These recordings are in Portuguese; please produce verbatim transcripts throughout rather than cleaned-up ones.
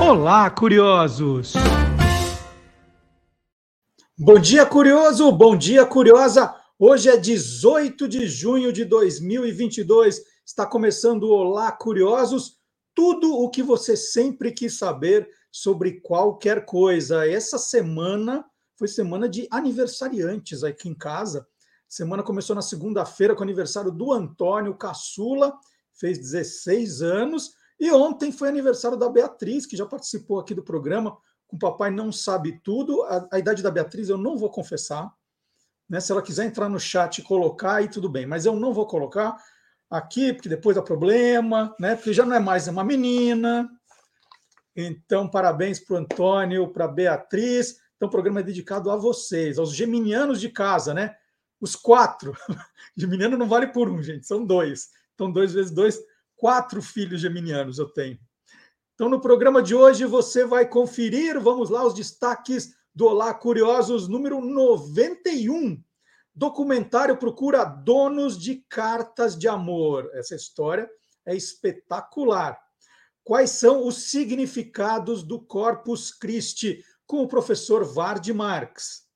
Olá, curiosos! Bom dia, curioso! Bom dia, curiosa! Hoje é dezoito de junho de dois mil e vinte e dois. Está começando o Olá, curiosos! Tudo o que você sempre quis saber sobre qualquer coisa. Essa semana foi semana de aniversariantes aqui em casa. Semana começou na segunda-feira com o aniversário do Antônio Caçula, fez dezesseis anos. E ontem foi aniversário da Beatriz, que já participou aqui do programa, com o Papai Não Sabe Tudo. A, a idade da Beatriz eu não vou confessar, né? Se ela quiser entrar no chat e colocar, aí tudo bem, mas eu não vou colocar aqui, porque depois dá problema, né? Porque já não é mais uma menina. Então, parabéns para o Antônio, para a Beatriz. Então, o programa é dedicado a vocês, aos geminianos de casa, né? Os quatro. Geminiano não vale por um, gente, são dois. Então, dois vezes dois. Quatro filhos geminianos eu tenho. Então, no programa de hoje, você vai conferir, vamos lá, os destaques do Olá Curiosos, número noventa e um. Documentário procura donos de cartas de amor. Essa história é espetacular. Quais são os significados do Corpus Christi, com o professor Ward Marx?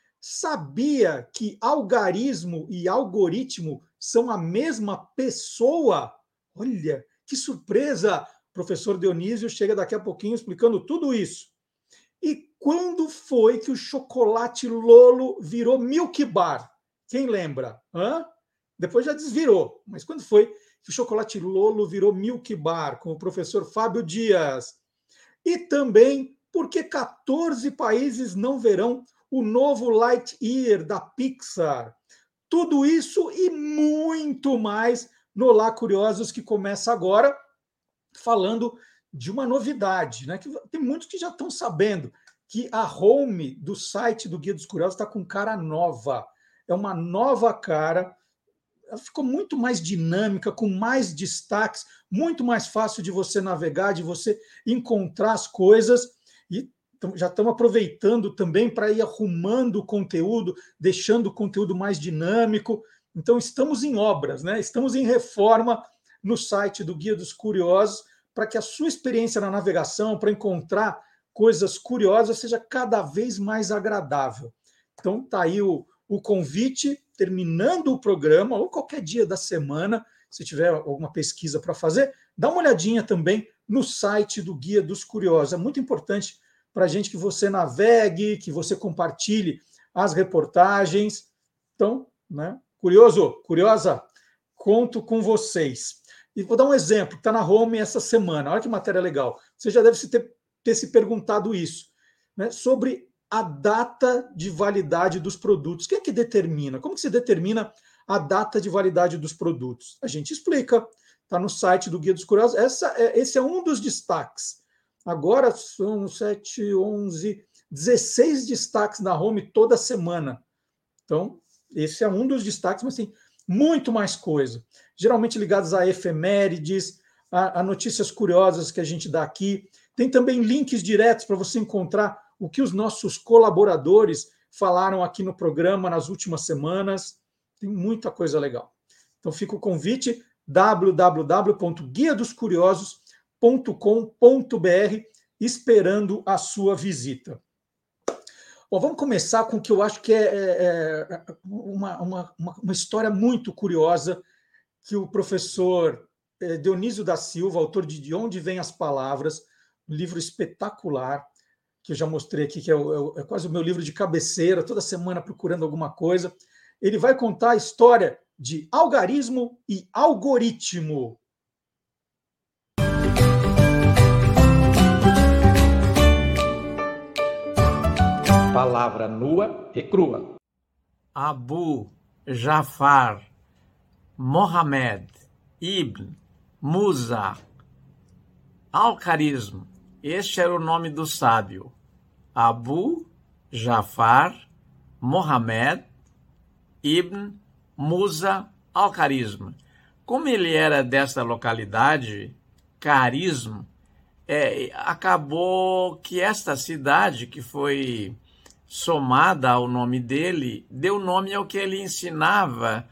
Sabia que algarismo e algoritmo são a mesma pessoa? Olha, que surpresa! O professor Dionísio chega daqui a pouquinho explicando tudo isso. E quando foi que o chocolate Lolo virou Milk Bar? Quem lembra? Hã? Depois já desvirou. Mas quando foi que o chocolate Lolo virou Milk Bar? Com o professor Fábio Dias. E também por que quatorze países não verão o novo Lightyear da Pixar? Tudo isso e muito mais no Olá Curiosos, que começa agora, falando de uma novidade, né? Que tem muitos que já estão sabendo que a home do site do Guia dos Curiosos está com cara nova. É uma nova cara, ela ficou muito mais dinâmica, com mais destaques, muito mais fácil de você navegar, de você encontrar as coisas. E já estamos aproveitando também para ir arrumando o conteúdo, deixando o conteúdo mais dinâmico. Então, estamos em obras, né? Estamos em reforma no site do Guia dos Curiosos, para que a sua experiência na navegação, para encontrar coisas curiosas, seja cada vez mais agradável. Então, está aí o, o convite, terminando o programa, ou qualquer dia da semana, se tiver alguma pesquisa para fazer, dá uma olhadinha também no site do Guia dos Curiosos. É muito importante para a gente que você navegue, que você compartilhe as reportagens. Então, né? Curioso, curiosa, conto com vocês. E vou dar um exemplo, que está na home essa semana. Olha que matéria legal. Você já deve ter, ter se perguntado isso, né? Sobre a data de validade dos produtos. Quem é que determina? Como que se determina a data de validade dos produtos? A gente explica. Está no site do Guia dos Curiosos. Essa é, esse é um dos destaques. Agora são sete, onze, dezesseis destaques na home toda semana. Então, esse é um dos destaques, mas tem muito mais coisa. Geralmente ligados a efemérides, a, a notícias curiosas que a gente dá aqui. Tem também links diretos para você encontrar o que os nossos colaboradores falaram aqui no programa nas últimas semanas. Tem muita coisa legal. Então, fica o convite, w w w ponto guia dos curiosos ponto com ponto b r, esperando a sua visita. Bom, vamos começar com o que eu acho que é, é, é uma, uma, uma história muito curiosa que o professor Dionísio da Silva, autor de De Onde Vêm as Palavras, um livro espetacular, que eu já mostrei aqui, que é, é, é quase o meu livro de cabeceira, toda semana procurando alguma coisa. Ele vai contar a história de algarismo e algoritmo. Palavra nua e crua. Abu Jafar Mohamed Ibn Musa Al-Khawarizmi. Este era o nome do sábio. Abu Jafar Mohamed Ibn Musa Al-Khawarizmi. Como ele era desta localidade, Khawarizm, é, acabou que esta cidade, que foi somada ao nome dele, deu nome ao que ele ensinava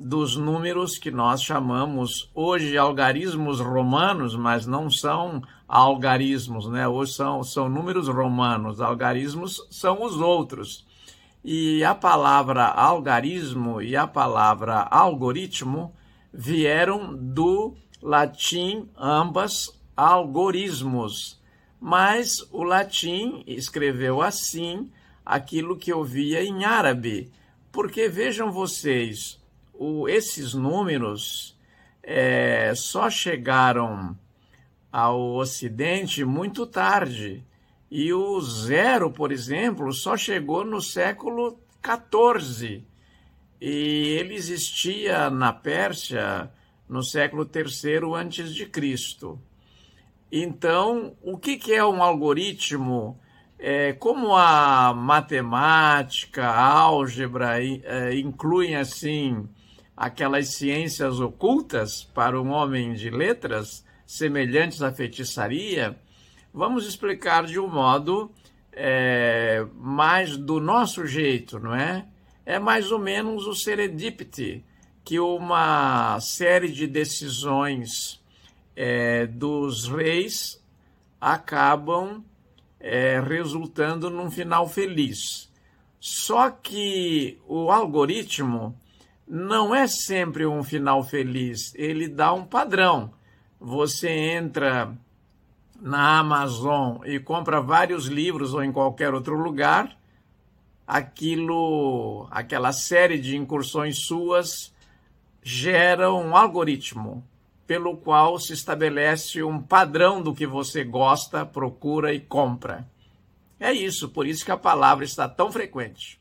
dos números que nós chamamos hoje algarismos romanos, mas não são algarismos, né? Hoje são, são números romanos, algarismos são os outros. E a palavra algarismo e a palavra algoritmo vieram do latim, ambas algorismos. Mas o latim escreveu assim aquilo que eu via em árabe. Porque vejam vocês, o, esses números é, só chegaram ao Ocidente muito tarde. E o zero, por exemplo, só chegou no século quatorze. E ele existia na Pérsia no século terceiro antes de Cristo. Então, o que, que é um algoritmo? É, como a matemática, a álgebra é, incluem, assim, aquelas ciências ocultas para um homem de letras, semelhantes à feitiçaria, vamos explicar de um modo é, mais do nosso jeito, não é? É mais ou menos o serendipity, que uma série de decisões é, dos reis acabam é, resultando num final feliz. Só que o algoritmo não é sempre um final feliz, ele dá um padrão. Você entra na Amazon e compra vários livros ou em qualquer outro lugar, aquilo, aquela série de incursões suas gera um algoritmo pelo qual se estabelece um padrão do que você gosta, procura e compra. É isso, por isso que a palavra está tão frequente.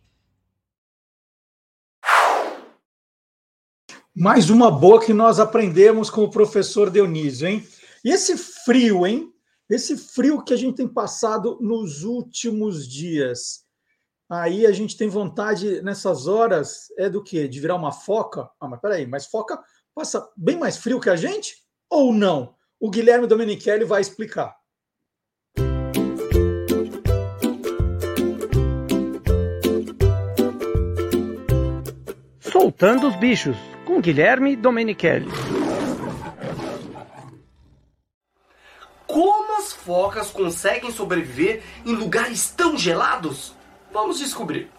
Mais uma boa que nós aprendemos com o professor Dionísio, hein? E esse frio, hein? Esse frio que a gente tem passado nos últimos dias. Aí a gente tem vontade, nessas horas, é do quê? De virar uma foca? Ah, mas peraí, mas foca passa bem mais frio que a gente? Ou não? O Guilherme Domenichelli vai explicar. Soltando os bichos, com Guilherme Domenichelli. Como as focas conseguem sobreviver em lugares tão gelados? Vamos descobrir.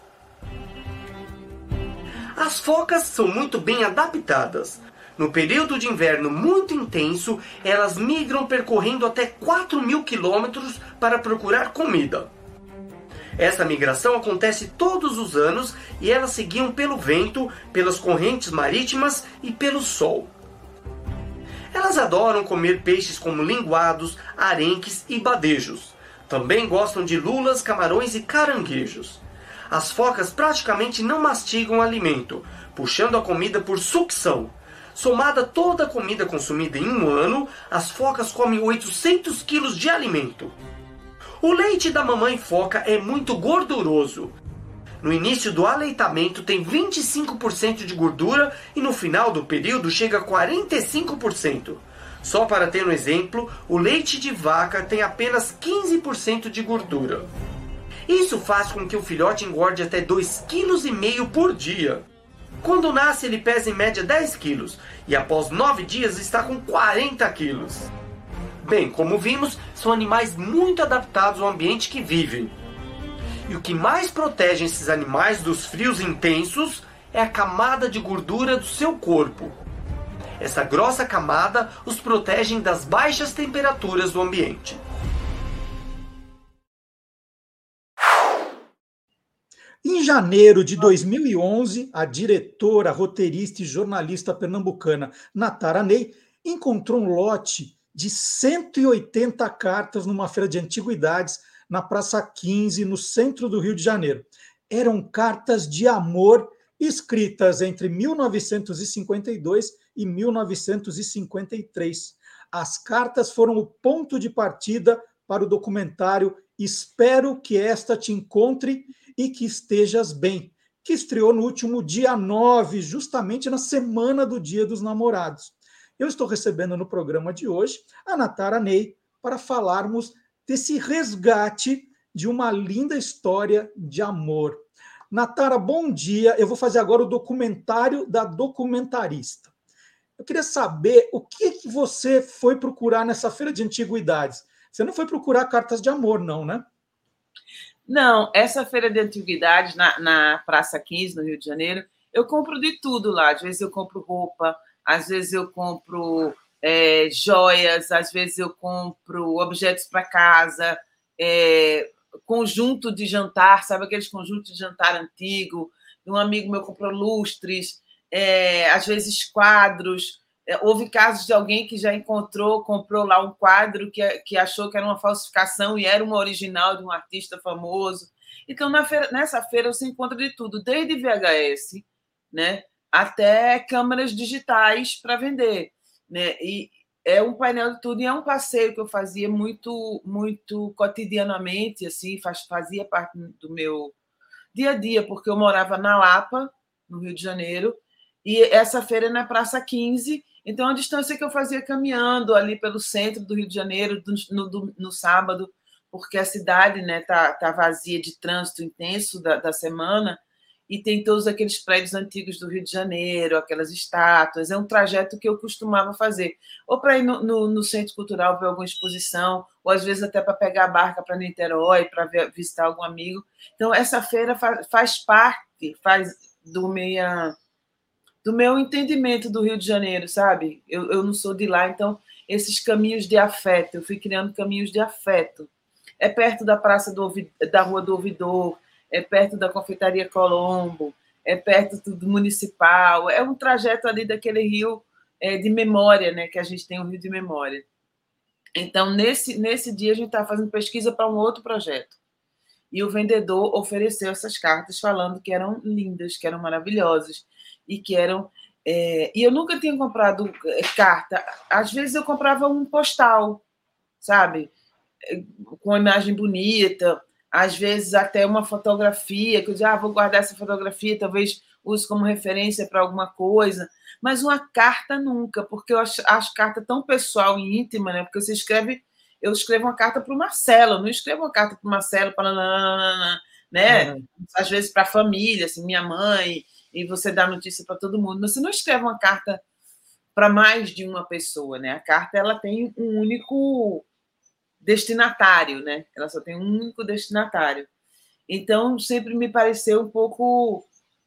As focas são muito bem adaptadas. No período de inverno muito intenso, elas migram percorrendo até quatro mil quilômetros para procurar comida. Essa migração acontece todos os anos e elas se guiam pelo vento, pelas correntes marítimas e pelo sol. Elas adoram comer peixes como linguados, arenques e badejos. Também gostam de lulas, camarões e caranguejos. As focas praticamente não mastigam alimento, puxando a comida por sucção. Somada toda a comida consumida em um ano, as focas comem oitocentos quilos de alimento. O leite da mamãe foca é muito gorduroso. No início do aleitamento tem vinte e cinco por cento de gordura e no final do período chega a quarenta e cinco por cento. Só para ter um exemplo, o leite de vaca tem apenas quinze por cento de gordura. Isso faz com que o filhote engorde até dois vírgula cinco quilos por dia. Quando nasce, ele pesa em média dez quilos e após nove dias está com quarenta quilos. Bem, como vimos, são animais muito adaptados ao ambiente que vivem. E o que mais protege esses animais dos frios intensos é a camada de gordura do seu corpo. Essa grossa camada os protege das baixas temperaturas do ambiente. Em janeiro de dois mil e onze, a diretora, roteirista e jornalista pernambucana Natara Ney encontrou um lote de cento e oitenta cartas numa feira de antiguidades na Praça quinze, no centro do Rio de Janeiro. Eram cartas de amor escritas entre mil novecentos e cinquenta e dois e mil novecentos e cinquenta e três. As cartas foram o ponto de partida para o documentário Espero que esta te encontre e que estejas bem, que estreou no último dia nove, justamente na semana do Dia dos Namorados. Eu estou recebendo no programa de hoje a Natara Ney para falarmos desse resgate de uma linda história de amor. Natara, bom dia. Eu vou fazer agora o documentário da documentarista. Eu queria saber o que, que você foi procurar nessa feira de antiguidades. Você não foi procurar cartas de amor, não, né? Não, essa feira de antiguidades na, na Praça quinze, no Rio de Janeiro, eu compro de tudo lá. Às vezes eu compro roupa, às vezes eu compro é, joias, às vezes eu compro objetos para casa, é, conjunto de jantar, sabe aqueles conjuntos de jantar antigo? Um amigo meu comprou lustres, é, às vezes quadros. É, houve casos de alguém que já encontrou, comprou lá um quadro que, que achou que era uma falsificação e era uma original de um artista famoso. Então, na feira, nessa feira você encontra de tudo, desde V H S, né, até câmeras digitais para vender, né? E é um painel de tudo, e é um passeio que eu fazia muito, muito cotidianamente, assim, faz, fazia parte do meu dia a dia, porque eu morava na Lapa, no Rio de Janeiro, e essa feira é na Praça quinze, então a distância que eu fazia caminhando ali pelo centro do Rio de Janeiro no, no, no sábado, porque a cidade, né, tá, tá vazia de trânsito intenso da, da semana, e tem todos aqueles prédios antigos do Rio de Janeiro, aquelas estátuas. É um trajeto que eu costumava fazer, ou para ir no, no, no Centro Cultural ver alguma exposição, ou às vezes até para pegar a barca para Niterói, para visitar algum amigo. Então, essa feira faz, faz parte faz do, meia, do meu entendimento do Rio de Janeiro, sabe? Eu, eu não sou de lá, então, esses caminhos de afeto, eu fui criando caminhos de afeto. É perto da Praça do, da Rua do Ouvidor, é perto da Confeitaria Colombo, é perto do Municipal, é um trajeto ali daquele rio é, de memória, né, que a gente tem um rio de memória. Então, nesse, nesse dia, a gente estava fazendo pesquisa para um outro projeto. E o vendedor ofereceu essas cartas falando que eram lindas, que eram maravilhosas, e que eram... É... E eu nunca tinha comprado carta. Às vezes eu comprava um postal, sabe? Com uma imagem bonita, às vezes até uma fotografia, que eu dizia, ah, vou guardar essa fotografia, talvez use como referência para alguma coisa, mas uma carta nunca, porque eu acho, acho carta tão pessoal e íntima, né? Porque você escreve, eu escrevo uma carta para o Marcelo, eu não escrevo uma carta para o Marcelo, para, né? Uhum. Às vezes para a família, assim, minha mãe, e você dá notícia para todo mundo, mas você não escreve uma carta para mais de uma pessoa, né? A carta, ela tem um único destinatário, né? Ela só tem um único destinatário. Então, sempre me pareceu um pouco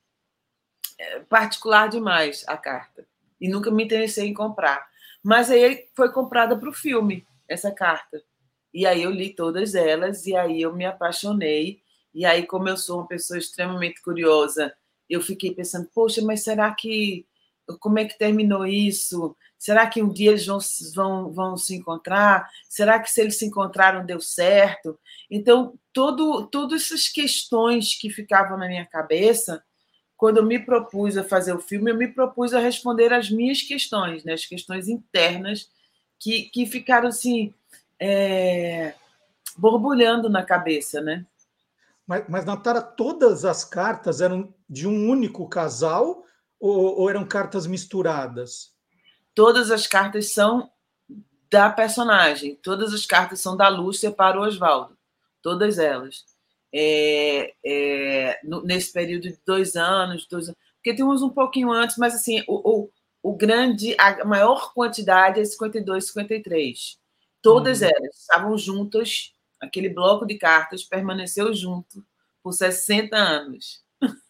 particular demais a carta. E nunca me interessei em comprar. Mas aí foi comprada para o filme, essa carta. E aí eu li todas elas, e aí eu me apaixonei. E aí, como eu sou uma pessoa extremamente curiosa, eu fiquei pensando, poxa, mas será que... Como é que terminou isso? Será que um dia eles vão, vão, vão se encontrar? Será que se eles se encontraram deu certo? Então, todo, todas essas questões que ficavam na minha cabeça, quando eu me propus a fazer o filme, eu me propus a responder as minhas questões, né? As questões internas que, que ficaram assim, é, borbulhando na cabeça, né? Mas, mas, Natara, todas as cartas eram de um único casal ou, ou eram cartas misturadas? Todas as cartas são da personagem, todas as cartas são da Lúcia para o Oswaldo, todas elas. É, é, no, nesse período de dois anos, dois anos, porque tem uns um pouquinho antes, mas assim, o, o, o grande, a maior quantidade é cinquenta e dois, cinquenta e três. Todas uhum. elas estavam juntas, aquele bloco de cartas permaneceu junto por sessenta anos.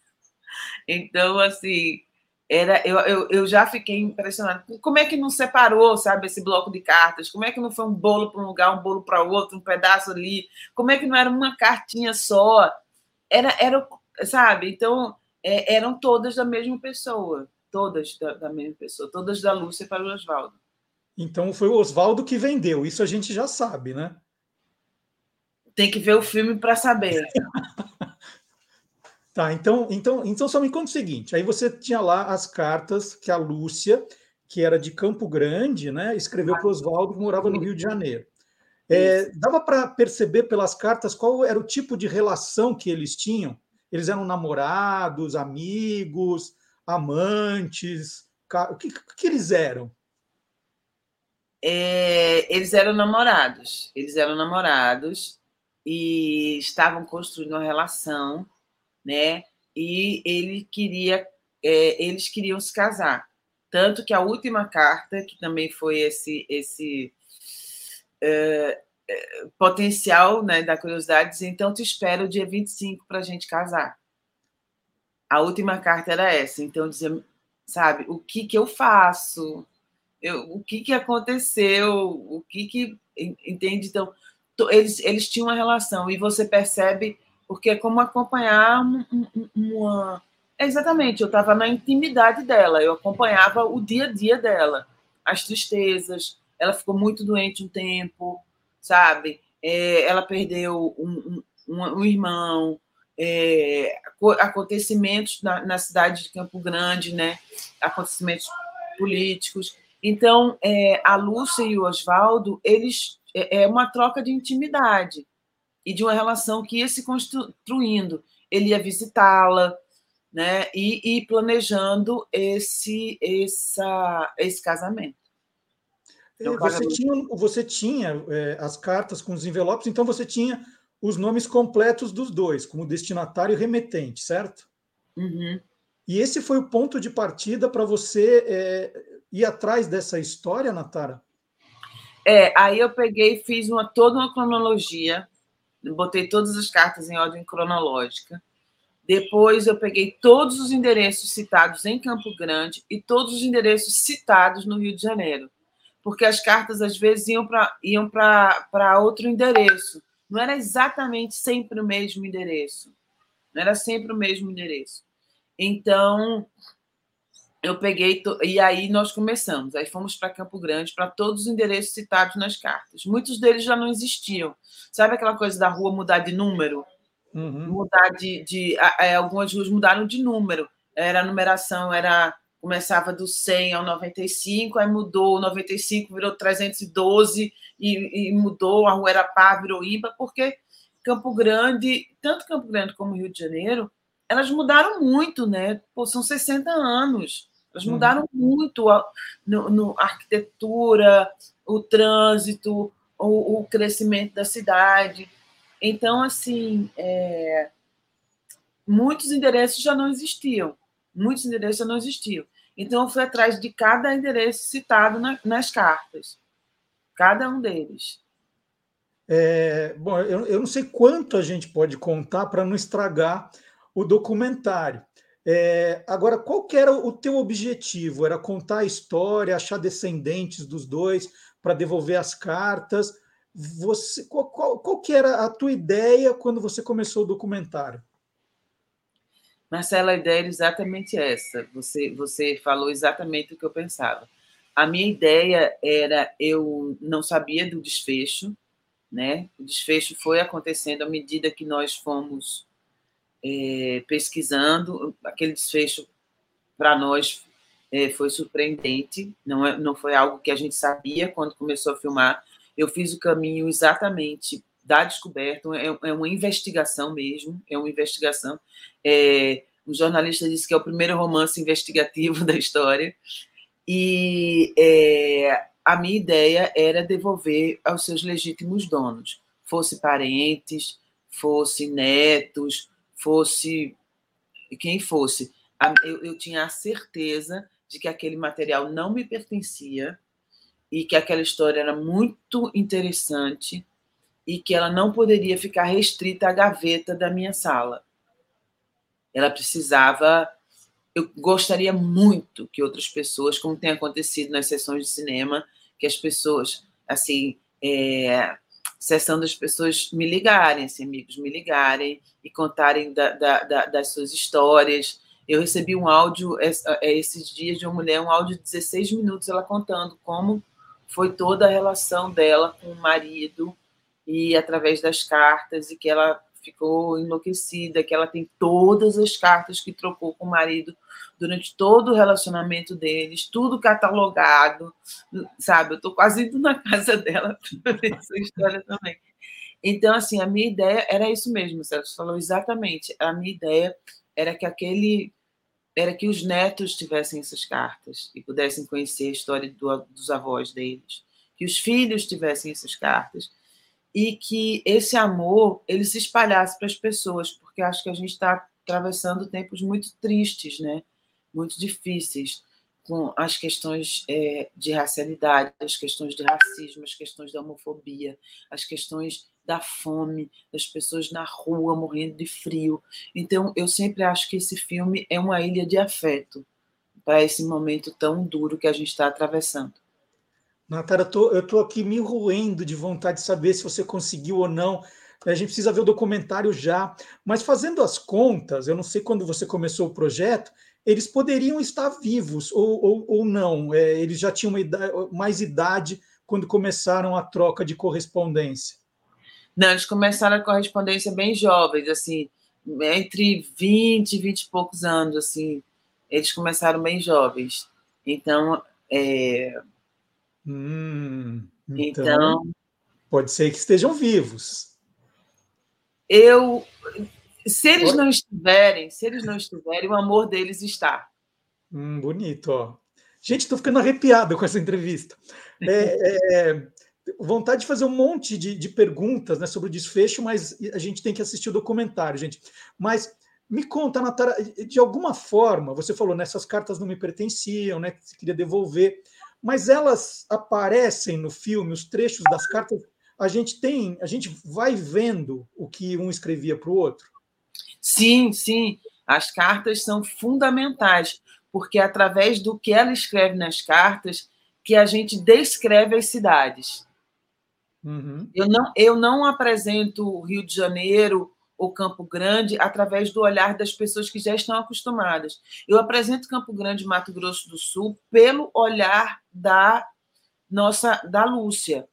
Então, assim, era, eu, eu, eu já fiquei impressionada. Como é que não separou, sabe, esse bloco de cartas? Como é que não foi um bolo para um lugar, um bolo para outro, um pedaço ali? Como é que não era uma cartinha só? Era, era sabe? Então, é, eram todas da mesma pessoa. Todas da, da mesma pessoa. Todas da Lúcia para o Oswaldo. Então, foi o Oswaldo que vendeu. Isso a gente já sabe, né? Tem que ver o filme para saber. Tá, então, então, então só me conta o seguinte, aí você tinha lá as cartas que a Lúcia, que era de Campo Grande, né, escreveu para o Oswaldo, que morava no Rio de Janeiro. É, dava para perceber pelas cartas qual era o tipo de relação que eles tinham? Eles eram namorados, amigos, amantes? O que, o que eles eram? É, eles eram namorados. Eles eram namorados e estavam construindo uma relação, né? e ele queria, é, eles queriam se casar. Tanto que a última carta, que também foi esse, esse é, é, potencial, né, da curiosidade, diz, então te espero dia vinte e cinco para a gente casar. A última carta era essa. Então, dizia, sabe, o que, que eu faço? Eu, o que, que aconteceu? O que que... Entende? Então, eles, eles tinham uma relação, e você percebe, porque é como acompanhar uma... uma... Exatamente, eu estava na intimidade dela, eu acompanhava o dia a dia dela, as tristezas, ela ficou muito doente um tempo, sabe? É, ela perdeu um, um, um irmão, é, acontecimentos na, na cidade de Campo Grande, né? Acontecimentos políticos. Então, é, a Lúcia e o Oswaldo, eles é, é uma troca de intimidade e de uma relação que ia se construindo. Ele ia visitá-la, né? E, e planejando esse, essa, esse casamento. Então, você, tinha, você tinha é, as cartas com os envelopes, então você tinha os nomes completos dos dois, como destinatário e remetente, certo? Uhum. E esse foi o ponto de partida para você é, ir atrás dessa história, Natara? É, aí eu peguei e fiz uma, toda uma cronologia, botei todas as cartas em ordem cronológica. Depois eu peguei todos os endereços citados em Campo Grande e todos os endereços citados no Rio de Janeiro, porque as cartas às vezes iam para iam para outro endereço. Não era exatamente sempre o mesmo endereço. Não era sempre o mesmo endereço. Então, eu peguei... To... E aí nós começamos. Aí fomos para Campo Grande, para todos os endereços citados nas cartas. Muitos deles já não existiam. Sabe aquela coisa da rua mudar de número? Uhum. Mudar de... de é, algumas ruas mudaram de número. Era a numeração, era... começava do cem ao noventa e cinco, aí mudou, o noventa e cinco virou trezentos e doze, e, e mudou, a rua era Pá, virou Iba, porque Campo Grande, tanto Campo Grande como Rio de Janeiro, elas mudaram muito, né? Pô, são sessenta anos. Elas mudaram uhum. muito a, no, no, a arquitetura, o trânsito, o, o crescimento da cidade. Então, assim, é, muitos endereços já não existiam. Muitos endereços já não existiam. Então, eu fui atrás de cada endereço citado na, nas cartas. Cada um deles. É, bom, eu, eu não sei quanto a gente pode contar para não estragar o documentário. É, agora, qual que era o teu objetivo? Era contar a história, achar descendentes dos dois para devolver as cartas? Você, qual, qual, qual que era a tua ideia quando você começou o documentário? Marcela, a ideia era exatamente essa. Você, você falou exatamente o que eu pensava. A minha ideia era, eu não sabia do desfecho, né? O desfecho foi acontecendo à medida que nós fomos é, pesquisando. Aquele desfecho, para nós, é, foi surpreendente, não, é, não foi algo que a gente sabia quando começou a filmar. Eu fiz o caminho exatamente da descoberta, é, é uma investigação mesmo, é uma investigação. É, o jornalista disse que é o primeiro romance investigativo da história, e é, a minha ideia era devolver aos seus legítimos donos, fosse parentes, fosse netos, fosse quem fosse. Eu, eu tinha a certeza de que aquele material não me pertencia e que aquela história era muito interessante e que ela não poderia ficar restrita à gaveta da minha sala. Ela precisava... Eu gostaria muito que outras pessoas, como tem acontecido nas sessões de cinema, que as pessoas, assim, é, sessão das pessoas me ligarem, assim, amigos me ligarem e contarem da, da, da, das suas histórias. Eu recebi um áudio esses dias de uma mulher, um áudio de dezesseis minutos, ela contando como foi toda a relação dela com o marido e através das cartas, e que ela ficou enlouquecida, que ela tem todas as cartas que trocou com o marido durante todo o relacionamento deles, tudo catalogado, sabe? Eu estou quase indo na casa dela para ver essa história também. Então, assim, a minha ideia era isso mesmo, Celso falou exatamente. A minha ideia era que aquele... era que os netos tivessem essas cartas e pudessem conhecer a história do, dos avós deles, que os filhos tivessem essas cartas e que esse amor ele se espalhasse para as pessoas, porque acho que a gente está atravessando tempos muito tristes, né? Muito difíceis, com as questões é, de racialidade, as questões de racismo, as questões da homofobia, as questões da fome, das pessoas na rua morrendo de frio. Então, eu sempre acho que esse filme é uma ilha de afeto para esse momento tão duro que a gente está atravessando. Natara, eu tô, eu tô aqui me roendo de vontade de saber se você conseguiu ou não. A gente precisa ver o documentário já. Mas fazendo as contas, eu não sei quando você começou o projeto, eles poderiam estar vivos ou, ou, ou não. É, eles já tinham uma idade, mais idade quando começaram a troca de correspondência. Não, eles começaram a correspondência bem jovens, assim, entre vinte e vinte e poucos anos, assim. Eles começaram bem jovens. Então, é... Hum, então, então, pode ser que estejam vivos. Eu, se eles não estiverem, se eles não estiverem, o amor deles está. Hum, bonito, ó. Gente, estou ficando arrepiado com essa entrevista. É, é, vontade de fazer um monte de, de perguntas, né, sobre o desfecho, mas a gente tem que assistir o documentário, gente. Mas me conta, Natara, de alguma forma, você falou, nessas né, cartas não me pertenciam, né, que você queria devolver, mas elas aparecem no filme, os trechos das cartas, a gente tem, a gente vai vendo o que um escrevia para o outro? Sim, sim. As cartas são fundamentais, porque é através do que ela escreve nas cartas que a gente descreve as cidades. Uhum. Eu não, eu não apresento o Rio de Janeiro ou Campo Grande através do olhar das pessoas que já estão acostumadas. Eu apresento Campo Grande e Mato Grosso do Sul pelo olhar da nossa da Lúcia.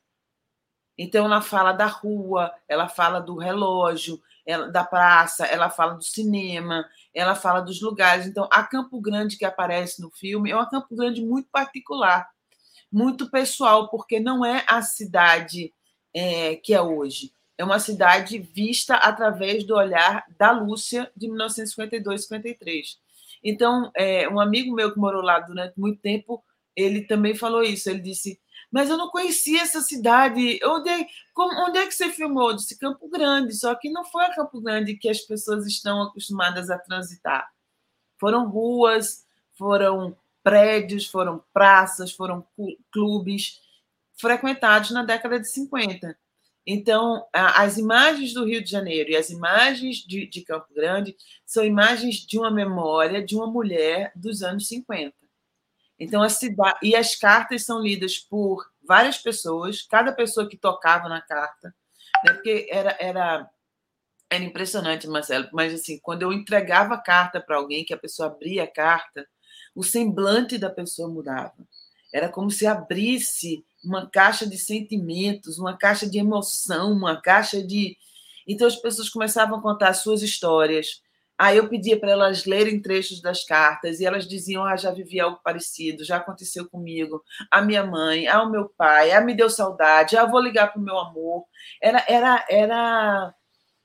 Então, ela fala da rua, ela fala do relógio, ela, da praça, ela fala do cinema, ela fala dos lugares. Então, a Campo Grande que aparece no filme é uma Campo Grande muito particular, muito pessoal, porque não é a cidade é, que é hoje. É uma cidade vista através do olhar da Lúcia, de mil novecentos e cinquenta e dois, cinquenta e três. Então, é, um amigo meu que morou lá durante muito tempo, ele também falou isso. Ele disse, mas eu não conhecia essa cidade. Onde é, como, onde é que você filmou? Eu disse, Campo Grande. Só que não foi a Campo Grande que as pessoas estão acostumadas a transitar. Foram ruas, foram prédios, foram praças, foram clubes frequentados na década de cinquenta. Então, as imagens do Rio de Janeiro e as imagens de, de Campo Grande são imagens de uma memória de uma mulher dos anos cinquenta. Então, a cidade... E as cartas são lidas por várias pessoas, cada pessoa que tocava na carta, né? Porque era, era, era impressionante, Marcelo, mas assim, quando eu entregava a carta para alguém, que a pessoa abria a carta, o semblante da pessoa mudava. Era como se abrisse uma caixa de sentimentos, uma caixa de emoção, uma caixa de... Então, as pessoas começavam a contar as suas histórias. Aí eu pedia para elas lerem trechos das cartas e elas diziam, ah, já vivi algo parecido, já aconteceu comigo, a minha mãe, ah, o meu pai, ah, me deu saudade, ah, vou ligar para o meu amor. Era, era, era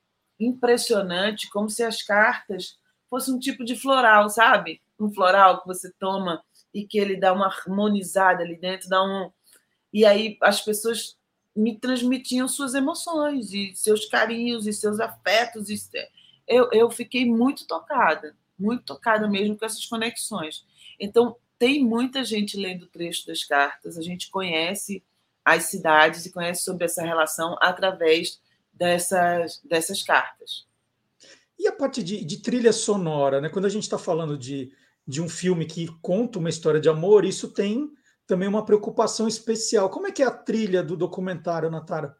impressionante, como se as cartas fossem um tipo de floral, sabe? Um floral que você toma e que ele dá uma harmonizada ali dentro, dá um... E aí as pessoas me transmitiam suas emoções e seus carinhos e seus afetos. E... Eu, eu fiquei muito tocada, muito tocada mesmo com essas conexões. Então, tem muita gente lendo o trecho das cartas, a gente conhece as cidades e conhece sobre essa relação através dessas, dessas cartas. E a parte de, de trilha sonora, né? Quando a gente está falando de, de um filme que conta uma história de amor, isso tem também uma preocupação especial. Como é que é a trilha do documentário, Natara?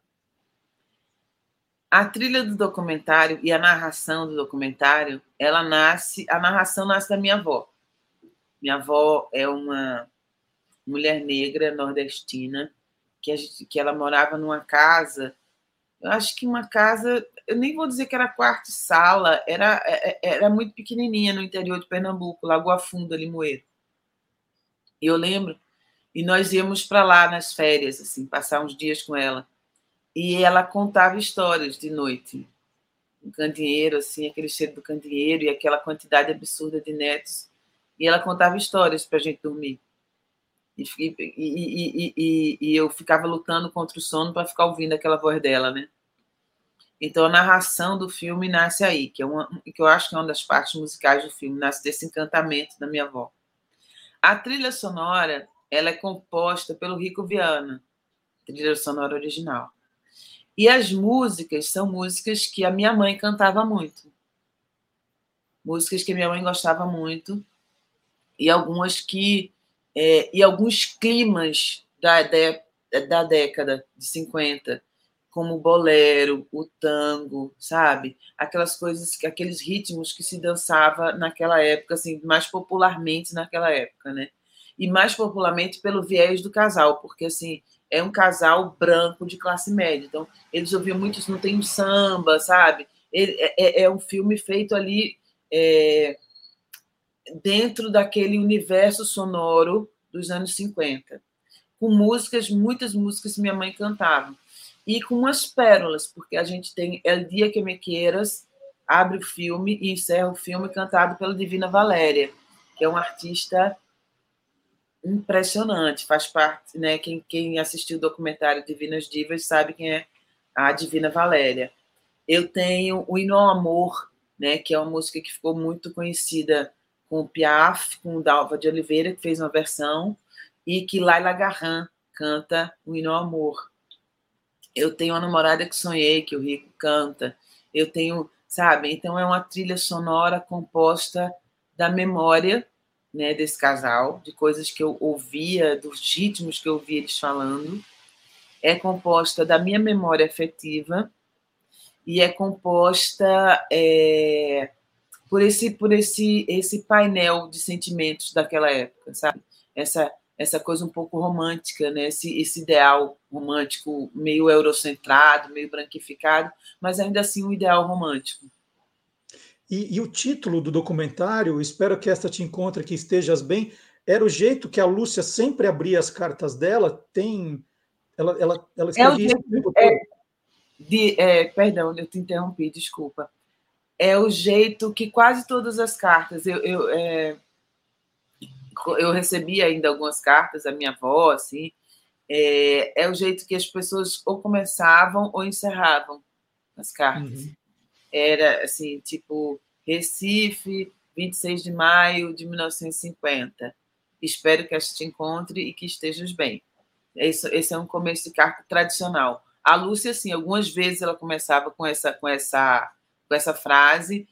A trilha do documentário e a narração do documentário, ela nasce, a narração nasce da minha avó. Minha avó é uma mulher negra nordestina que, a gente, que ela morava numa casa, eu acho que uma casa, eu nem vou dizer que era quarto e sala, era, era muito pequenininha no interior de Pernambuco, Lagoa Funda, Limoeiro. E eu lembro, e nós íamos para lá nas férias, assim, passar uns dias com ela. E ela contava histórias de noite. Um candeeiro, assim, aquele cheiro do candeeiro e aquela quantidade absurda de netos. E ela contava histórias para a gente dormir. E, e, e, e, e, e eu ficava lutando contra o sono para ficar ouvindo aquela voz dela, né? Então, a narração do filme nasce aí, que, é uma, que eu acho que é uma das partes musicais do filme, nasce desse encantamento da minha avó. A trilha sonora, ela é composta pelo Rico Viana, trilha sonora original. E as músicas são músicas que a minha mãe cantava muito. Músicas que a minha mãe gostava muito, e algumas que... É, e alguns climas da, de, da década de cinquenta, como o bolero, o tango, sabe? Aquelas coisas, aqueles ritmos que se dançava naquela época, assim, mais popularmente naquela época, né? E mais popularmente pelo viés do casal, porque, assim, é um casal branco de classe média. Então, eles ouviam muito isso, não tem um samba, sabe? É, é, é um filme feito ali é, dentro daquele universo sonoro dos anos cinquenta, com músicas, muitas músicas que minha mãe cantava. E com umas pérolas, porque a gente tem El Dia Que Me Queiras, abre o filme e encerra o filme cantado pela Divina Valéria, que é uma artista impressionante, faz parte, né? Quem, quem assistiu o documentário Divinas Divas sabe quem é a Divina Valéria. Eu tenho o Hino ao Amor, né? Que é uma música que ficou muito conhecida com o Piaf, com o Dalva de Oliveira, que fez uma versão, e que Laila Garran canta o Hino ao Amor. Eu tenho A Namorada Que Sonhei, que o Rico canta. Eu tenho, sabe? Então, é uma trilha sonora composta da memória, né, desse casal, de coisas que eu ouvia, dos ritmos que eu ouvia eles falando. É composta da minha memória afetiva e é composta é, por, esse, por esse, esse painel de sentimentos daquela época, sabe? Essa... essa coisa um pouco romântica, né? esse, esse ideal romântico meio eurocentrado, meio branquificado, mas ainda assim um ideal romântico. E, e o título do documentário, espero que esta te encontre, que estejas bem, era o jeito que a Lúcia sempre abria as cartas dela, tem... Ela, ela, ela escrevia é isso. Jeito, é, de, é, perdão, eu te interrompi, desculpa. É o jeito que quase todas as cartas... Eu, eu, é, eu recebi ainda algumas cartas da minha avó, assim, é, é o jeito que as pessoas ou começavam ou encerravam as cartas. Uhum. Era, assim, tipo, Recife, vinte e seis de maio de mil novecentos e cinquenta. Espero que esta te encontre e que estejas bem. Esse, esse é um começo de carta tradicional. A Lúcia, assim, algumas vezes ela começava com essa, com essa, com essa frase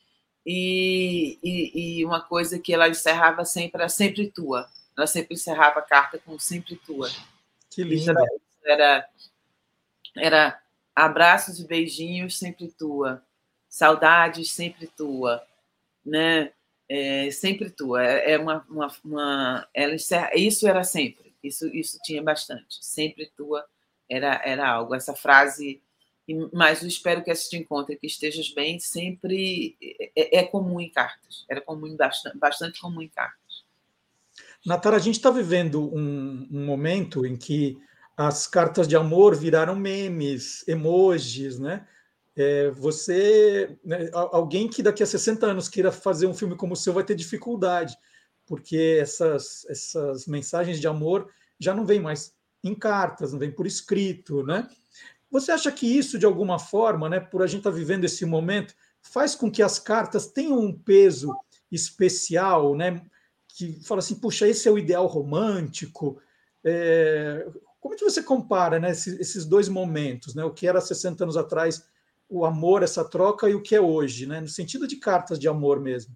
e, e, e uma coisa que ela encerrava sempre era sempre tua. Ela sempre encerrava a carta com sempre tua. Que lindo. Isso era, isso era, era abraços e beijinhos sempre tua. Saudades sempre tua, né? É, sempre tua. É, é uma, uma, uma ela encerra, isso era sempre. Isso, isso tinha bastante. Sempre tua era, era algo. Essa frase, mas eu espero que essa te encontre, que estejas bem, sempre é, é comum em cartas. Era comum, bastante, bastante comum em cartas. Natara, a gente está vivendo um, um momento em que as cartas de amor viraram memes, emojis, né? É, você, né, alguém que daqui a sessenta anos queira fazer um filme como o seu vai ter dificuldade, porque essas, essas mensagens de amor já não vêm mais em cartas, não vêm por escrito, né? Você acha que isso, de alguma forma, né, por a gente estar vivendo esse momento, faz com que as cartas tenham um peso especial, né? Que fala assim, puxa, esse é o ideal romântico. É, como é que você compara, né, esses, esses dois momentos, né? O que era sessenta anos atrás, o amor, essa troca, e o que é hoje, né? No sentido de cartas de amor mesmo.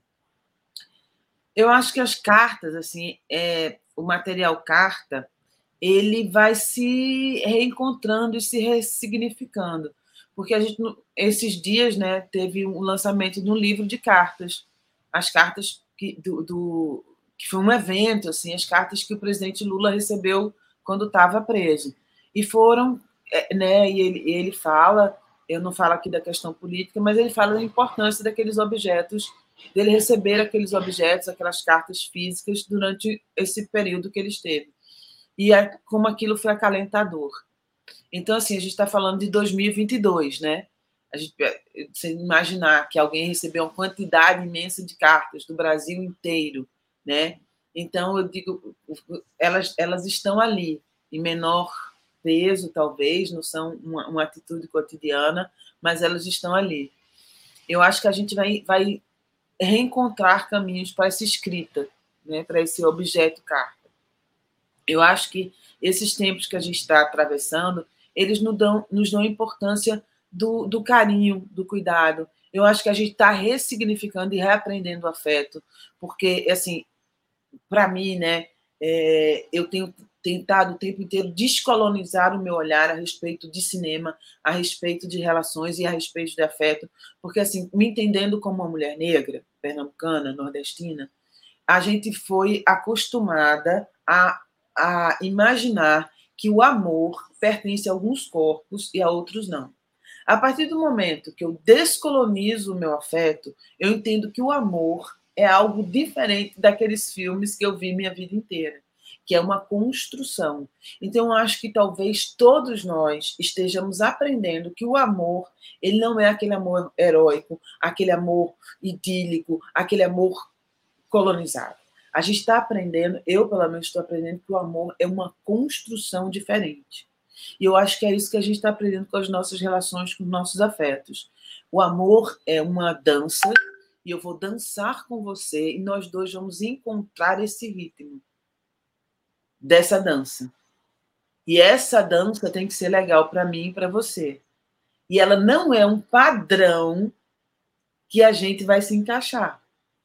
Eu acho que as cartas, assim, é, o material carta, ele vai se reencontrando e se ressignificando. Porque a gente, esses dias, né, teve o um lançamento de um livro de cartas. As cartas que, do, do, que foi um evento, assim, as cartas que o presidente Lula recebeu quando estava preso. E foram, né, e ele, ele fala... Eu não falo aqui da questão política, mas ele fala da importância daqueles objetos, dele receber aqueles objetos, aquelas cartas físicas durante esse período que ele esteve. E é como aquilo foi acalentador. Então, assim, a gente está falando de dois mil e vinte e dois, né? A gente, você imaginar que alguém recebeu uma quantidade imensa de cartas do Brasil inteiro, né? Então, eu digo, elas, elas estão ali, em menor peso, talvez, não são uma, uma atitude cotidiana, mas elas estão ali. Eu acho que a gente vai, vai reencontrar caminhos para essa escrita, né, para esse objeto carta. Eu acho que esses tempos que a gente está atravessando, eles nos dão, nos dão importância do, do carinho, do cuidado. Eu acho que a gente está ressignificando e reaprendendo o afeto, porque, assim, para mim, né, é, eu tenho tentado o tempo inteiro descolonizar o meu olhar a respeito de cinema, a respeito de relações e a respeito de afeto, porque, assim, me entendendo como uma mulher negra, pernambucana, nordestina, a gente foi acostumada a, a imaginar que o amor pertence a alguns corpos e a outros não. A partir do momento que eu descolonizo o meu afeto, eu entendo que o amor é algo diferente daqueles filmes que eu vi minha vida inteira, que é uma construção. Então, eu acho que talvez todos nós estejamos aprendendo que o amor, ele não é aquele amor heróico, aquele amor idílico, aquele amor colonizado. A gente está aprendendo, eu pelo menos estou aprendendo que o amor é uma construção diferente. E eu acho que é isso que a gente está aprendendo com as nossas relações, com os nossos afetos. O amor é uma dança, e eu vou dançar com você, e nós dois vamos encontrar esse ritmo dessa dança. E essa dança tem que ser legal para mim e para você. E ela não é um padrão que a gente vai se encaixar.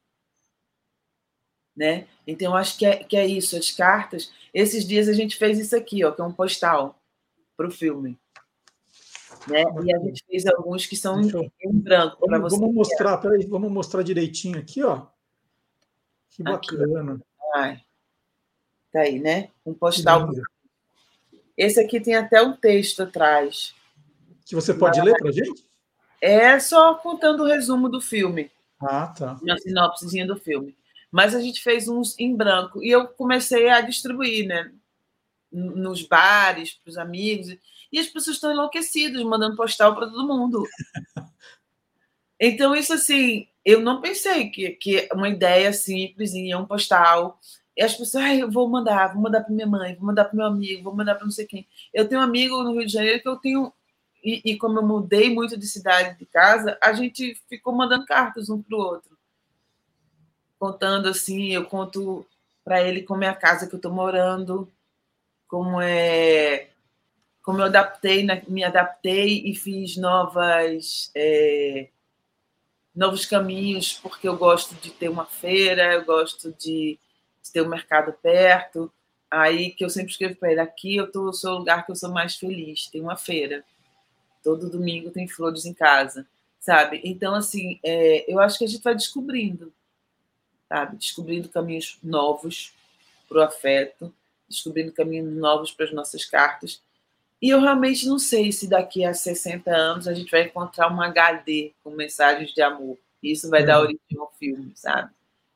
Né? Então, eu acho que é, que é isso, as cartas. Esses dias a gente fez isso aqui, ó, que é um postal para o filme. Né? E a gente fez alguns que são em, em branco para você. Vamos mostrar, peraí, vamos mostrar direitinho aqui, ó. Que bacana. Aqui, ai, tá aí, né? Um postal. Esse aqui tem até um texto atrás. Que você pode Mas, ler para a gente? É só contando o resumo do filme. Ah, tá. Uma sinopsezinha do filme. Mas a gente fez uns em branco. E eu comecei a distribuir, né? Nos bares, para os amigos. E as pessoas estão enlouquecidas, mandando postal para todo mundo. Então, isso assim, eu não pensei que, que uma ideia simples ia um postal. E as pessoas, ah, eu vou mandar, vou mandar para minha mãe, vou mandar para meu amigo, vou mandar para não sei quem. Eu tenho um amigo no Rio de Janeiro que eu tenho. E, e como eu mudei muito de cidade, de casa, a gente ficou mandando cartas um para o outro. Contando assim, eu conto para ele como é a casa que eu estou morando, como é, como eu adaptei, me adaptei e fiz novas, é, novos caminhos, porque eu gosto de ter uma feira, eu gosto de, de ter um mercado perto. Aí que eu sempre escrevo para ele, aqui eu tô, sou o lugar que eu sou mais feliz, tem uma feira. Todo domingo tem flores em casa, sabe? Então, assim, é, eu acho que a gente vai descobrindo, sabe? Descobrindo caminhos novos para o afeto, descobrindo caminhos novos para as nossas cartas. E eu realmente não sei se daqui a sessenta anos a gente vai encontrar um H D com mensagens de amor. Isso vai é. dar origem ao filme, sabe?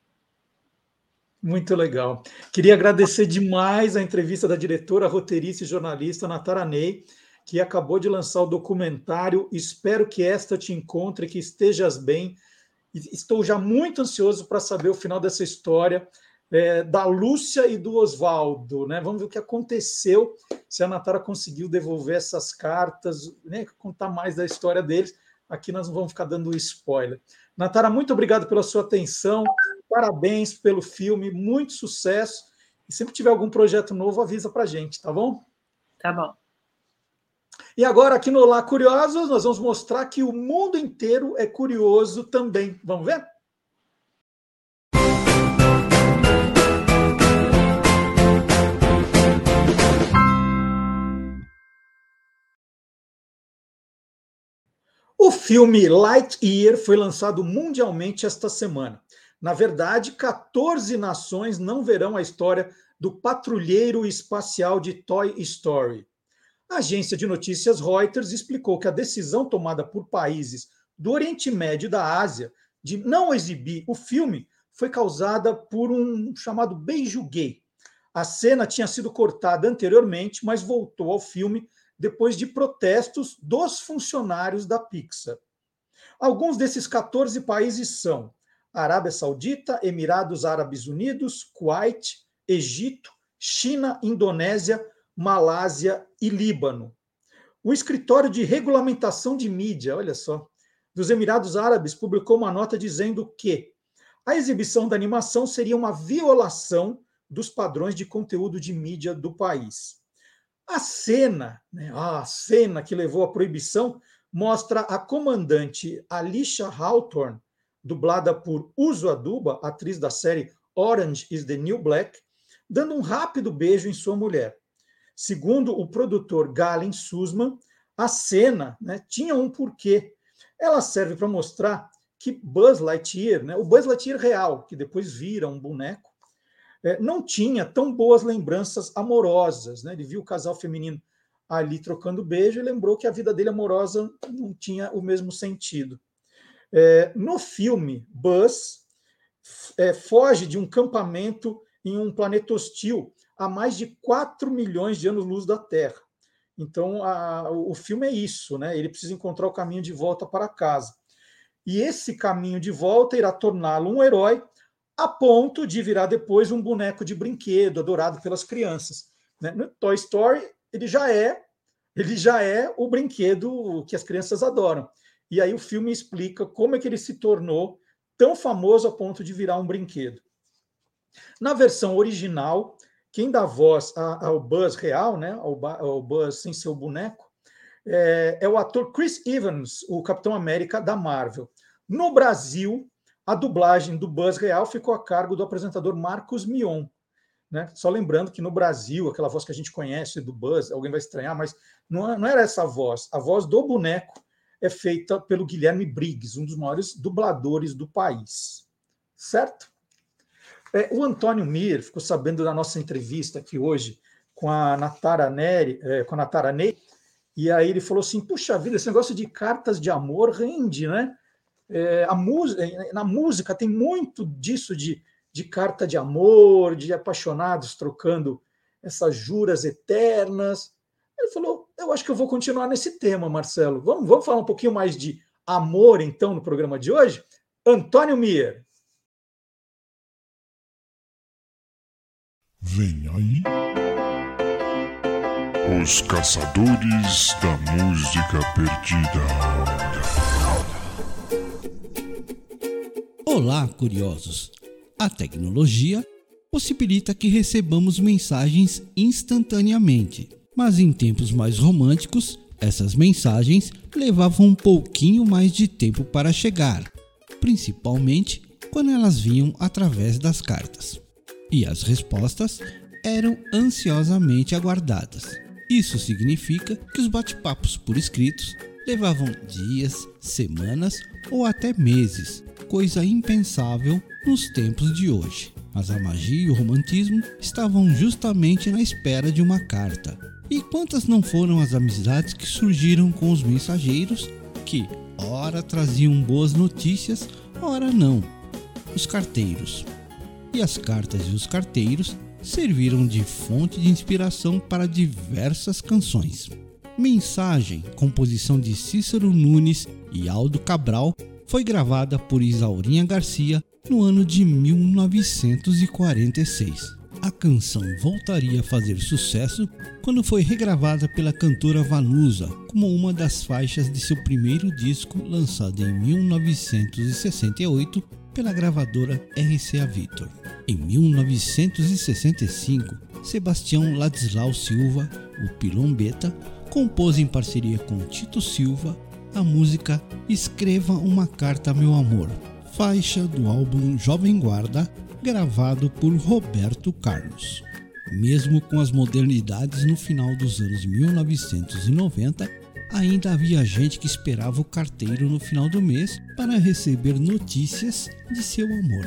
Muito legal. Queria agradecer demais a entrevista da diretora, roteirista e jornalista Natara Ney, que acabou de lançar o documentário Espero que esta te encontre, que estejas bem. Estou já muito ansioso para saber o final dessa história é, da Lúcia e do Oswaldo, né? Vamos ver o que aconteceu, se a Natara conseguiu devolver essas cartas, né? Contar mais da história deles. Aqui nós não vamos ficar dando spoiler. Natara, muito obrigado pela sua atenção, parabéns pelo filme, muito sucesso. E sempre tiver algum projeto novo, avisa para a gente, tá bom? Tá bom. E agora, aqui no Olá Curiosos, nós vamos mostrar que o mundo inteiro é curioso também. Vamos ver? O filme Lightyear foi lançado mundialmente esta semana. Na verdade, quatorze nações não verão a história do patrulheiro espacial de Toy Story. A agência de notícias Reuters explicou que a decisão tomada por países do Oriente Médio e da Ásia de não exibir o filme foi causada por um chamado beijo gay. A cena tinha sido cortada anteriormente, mas voltou ao filme depois de protestos dos funcionários da Pixar. Alguns desses quatorze países são Arábia Saudita, Emirados Árabes Unidos, Kuwait, Egito, China, Indonésia, Malásia e Líbano. O Escritório de Regulamentação de Mídia, olha só, dos Emirados Árabes publicou uma nota dizendo que a exibição da animação seria uma violação dos padrões de conteúdo de mídia do país. A cena, né, a cena que levou à proibição, mostra a comandante Alicia Hawthorne, dublada por Uzo Aduba, atriz da série Orange is the New Black, dando um rápido beijo em sua mulher. Segundo o produtor Galen Sussman, a cena, né, tinha um porquê. Ela serve para mostrar que Buzz Lightyear, né, o Buzz Lightyear real, que depois vira um boneco, é, não tinha tão boas lembranças amorosas. Né? Ele viu o casal feminino ali trocando beijo e lembrou que a vida dele amorosa não tinha o mesmo sentido. É, no filme, Buzz é, foge de um campamento em um planeta hostil a mais de quatro milhões de anos-luz da Terra. Então, a, o filme é isso, né? Ele precisa encontrar o caminho de volta para casa. E esse caminho de volta irá torná-lo um herói a ponto de virar depois um boneco de brinquedo adorado pelas crianças. Né? No Toy Story, ele já é, ele já é o brinquedo que as crianças adoram. E aí o filme explica como é que ele se tornou tão famoso a ponto de virar um brinquedo. Na versão original, quem dá voz ao Buzz real, né, ao Buzz sem seu boneco, é, é o ator Chris Evans, o Capitão América da Marvel. No Brasil, a dublagem do Buzz real ficou a cargo do apresentador Marcos Mion. Né? Só lembrando que no Brasil, aquela voz que a gente conhece do Buzz, alguém vai estranhar, mas não, não era essa voz. A voz do boneco é feita pelo Guilherme Briggs, um dos maiores dubladores do país. Certo? É, o Antônio Mir ficou sabendo da nossa entrevista aqui hoje com a Natara Neri, é, com a Natara Ney, e aí ele falou assim, puxa vida, esse negócio de cartas de amor rende, né? É, a na música tem muito disso de, de carta de amor, de apaixonados trocando essas juras eternas. Ele falou, eu acho que eu vou continuar nesse tema, Marcelo. Vamos, vamos falar um pouquinho mais de amor, então, no programa de hoje? Antônio Mir. Vem aí os caçadores da música perdida. Olá, curiosos! A tecnologia possibilita que recebamos mensagens instantaneamente, mas em tempos mais românticos, essas mensagens levavam um pouquinho mais de tempo para chegar, principalmente quando elas vinham através das cartas. E as respostas eram ansiosamente aguardadas. Isso significa que os bate-papos por escritos levavam dias, semanas ou até meses, coisa impensável nos tempos de hoje. Mas a magia e o romantismo estavam justamente na espera de uma carta. E quantas não foram as amizades que surgiram com os mensageiros, que ora traziam boas notícias, ora não. Os carteiros. E as cartas e os carteiros serviram de fonte de inspiração para diversas canções. Mensagem, composição de Cícero Nunes e Aldo Cabral, foi gravada por Isaurinha Garcia no ano de mil novecentos e quarenta e seis. A canção voltaria a fazer sucesso quando foi regravada pela cantora Vanusa como uma das faixas de seu primeiro disco, lançado em mil novecentos e sessenta e oito pela gravadora R C A Victor. Em mil novecentos e sessenta e cinco, Sebastião Ladislau Silva, o Pilombeta, compôs em parceria com Tito Silva a música Escreva uma Carta Meu Amor, faixa do álbum Jovem Guarda, gravado por Roberto Carlos. Mesmo com as modernidades no final dos anos mil novecentos e noventa, ainda havia gente que esperava o carteiro no final do mês para receber notícias de seu amor.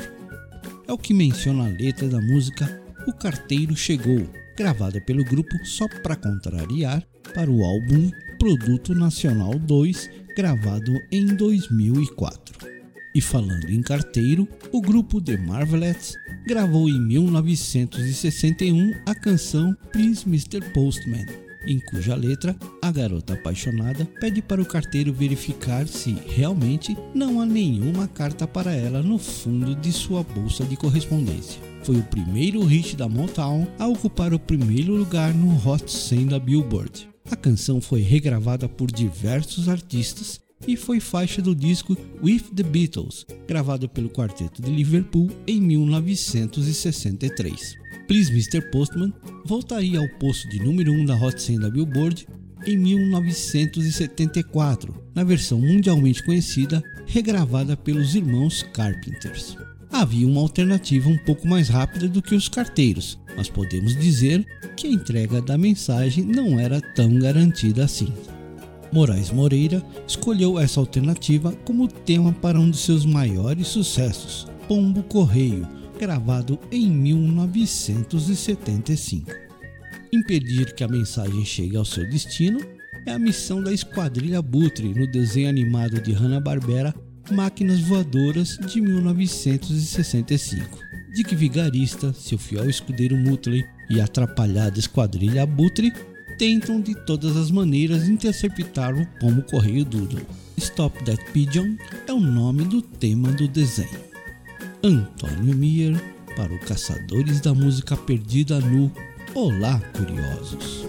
É o que menciona a letra da música O Carteiro Chegou, gravada pelo grupo Só Pra Contrariar para o álbum Produto Nacional dois, gravado em dois mil e quatro. E falando em carteiro, o grupo The Marvelettes gravou em mil novecentos e sessenta e um a canção Please mister Postman, em cuja letra a garota apaixonada pede para o carteiro verificar se realmente não há nenhuma carta para ela no fundo de sua bolsa de correspondência. Foi o primeiro hit da Motown a ocupar o primeiro lugar no Hot cem da Billboard. A canção foi regravada por diversos artistas e foi faixa do disco With the Beatles, gravado pelo quarteto de Liverpool em mil novecentos e sessenta e três. Please mister Postman voltaria ao posto de número um da Hot cem da Billboard em mil novecentos e setenta e quatro, na versão mundialmente conhecida, regravada pelos irmãos Carpenters. Havia uma alternativa um pouco mais rápida do que os carteiros, mas podemos dizer que a entrega da mensagem não era tão garantida assim. Moraes Moreira escolheu essa alternativa como tema para um de seus maiores sucessos, Pombo Correio, gravado em mil novecentos e setenta e cinco. Impedir que a mensagem chegue ao seu destino é a missão da Esquadrilha Abutre no desenho animado de Hanna-Barbera Máquinas Voadoras de mil novecentos e sessenta e cinco. Dick Vigarista, seu fiel escudeiro Muttley e a atrapalhada Esquadrilha Abutre tentam de todas as maneiras interceptar o Pombo Correio Doodle. Stop That Pigeon é o nome do tema do desenho. Antônio Mier para o Caçadores da Música Perdida no Olá, Curiosos.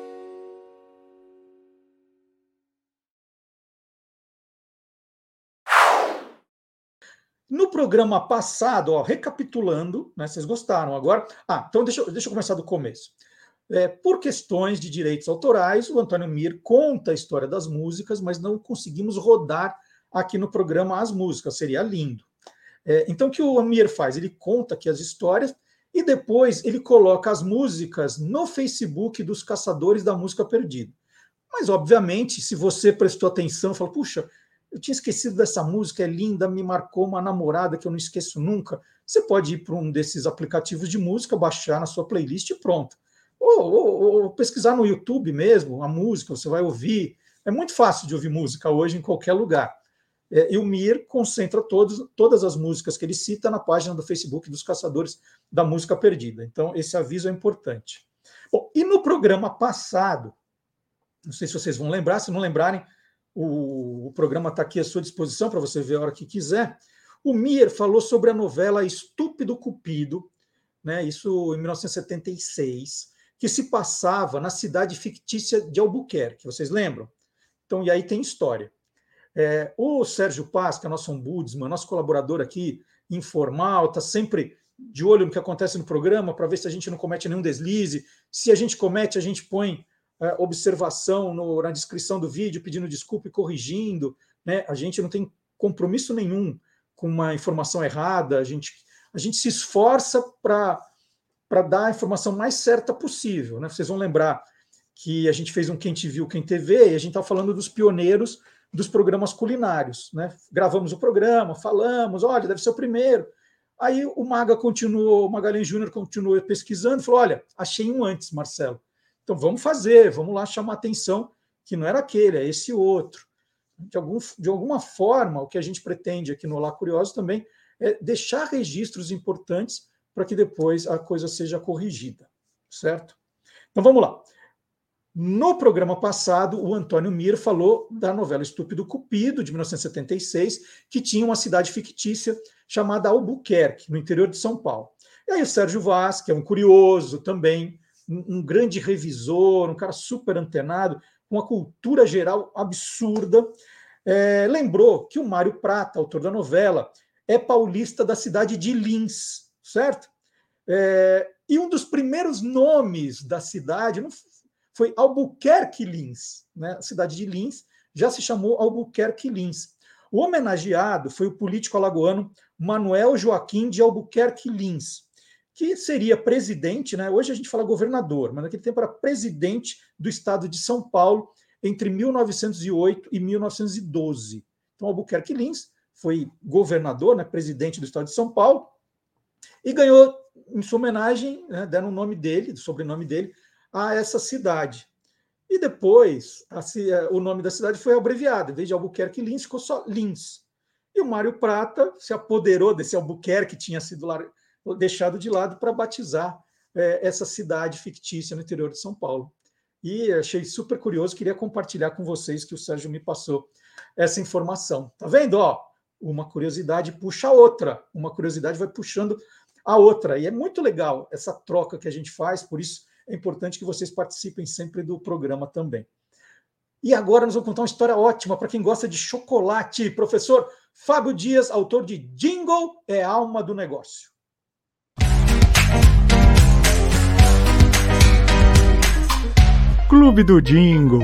No programa passado, ó, recapitulando, né, vocês gostaram agora? Ah, então deixa, eu- deixa eu começar do começo. É, por questões de direitos autorais, o Antônio Mir conta a história das músicas, mas não conseguimos rodar aqui no programa as músicas, seria lindo. É, então, o que o Mir faz? Ele conta aqui as histórias e depois ele coloca as músicas no Facebook dos Caçadores da Música Perdida. Mas, obviamente, se você prestou atenção, falou, puxa, eu tinha esquecido dessa música, é linda, me marcou uma namorada que eu não esqueço nunca. Você pode ir para um desses aplicativos de música, baixar na sua playlist e pronto. Ou, ou- ou pesquisar no YouTube mesmo, a música, você vai ouvir. É muito fácil de ouvir música hoje em qualquer lugar. É, e o Mir concentra todos, todas as músicas que ele cita na página do Facebook dos Caçadores da Música Perdida. Então, esse aviso é importante. Bom, e no programa passado, não sei se vocês vão lembrar, se não lembrarem, o, o programa está aqui à sua disposição para você ver a hora que quiser. O Mir falou sobre a novela Estúpido Cupido, né, isso em mil novecentos e setenta e seis, que se passava na cidade fictícia de Albuquerque, vocês lembram? Então, e aí tem história. É, o Sérgio Paz, que é nosso ombudsman, nosso colaborador aqui, informal, está sempre de olho no que acontece no programa para ver se a gente não comete nenhum deslize. Se a gente comete, a gente põe é, observação no- na descrição do vídeo, pedindo desculpa e corrigindo. Né? A gente não tem compromisso nenhum com uma informação errada, a gente, a gente se esforça para para dar a informação mais certa possível. Né? Vocês vão lembrar que a gente fez um Quem Te Viu, Quem Te Vê, e a gente está falando dos pioneiros dos programas culinários. Né? Gravamos o programa, falamos, olha, deve ser o primeiro. Aí o Maga continuou, o Magalhães Júnior continuou pesquisando, falou, olha, achei um antes, Marcelo. Então vamos fazer, vamos lá chamar atenção que não era aquele, é esse outro. De, algum, de alguma forma, o que a gente pretende aqui no Olá Curioso também é deixar registros importantes para que depois a coisa seja corrigida, certo? Então vamos lá. No programa passado, o Antônio Mir falou da novela Estúpido Cupido, de mil novecentos e setenta e seis, que tinha uma cidade fictícia chamada Albuquerque, no interior de São Paulo. E aí o Sérgio Vaz, que é um curioso também, um, um grande revisor, um cara super antenado, com uma cultura geral absurda, é, lembrou que o Mário Prata, autor da novela, é paulista da cidade de Lins, certo? É, e um dos primeiros nomes da cidade não foi Albuquerque Lins, né? A cidade de Lins já se chamou Albuquerque Lins. O homenageado foi o político alagoano Manuel Joaquim de Albuquerque Lins, que seria presidente, né? Hoje a gente fala governador, mas naquele tempo era presidente do estado de São Paulo entre mil novecentos e oito e mil novecentos e doze. Então, Albuquerque Lins foi governador, né? Presidente do estado de São Paulo, e ganhou, em sua homenagem, né, deram o nome dele, o sobrenome dele, a essa cidade. E depois, a, o nome da cidade foi abreviado. Em vez de Albuquerque Lins, ficou só Lins. E o Mário Prata se apoderou desse Albuquerque que tinha sido lá, deixado de lado para batizar é, essa cidade fictícia no interior de São Paulo. e achei super curioso, queria compartilhar com vocês que o Sérgio me passou essa informação. Tá vendo? Ó, uma curiosidade puxa a outra, uma curiosidade vai puxando a outra, e é muito legal essa troca que a gente faz, por isso é importante que vocês participem sempre do programa também. E agora nós vamos contar uma história ótima para quem gosta de chocolate. Professor Fábio Dias, autor de Jingle é a Alma do Negócio. Clube do Jingle.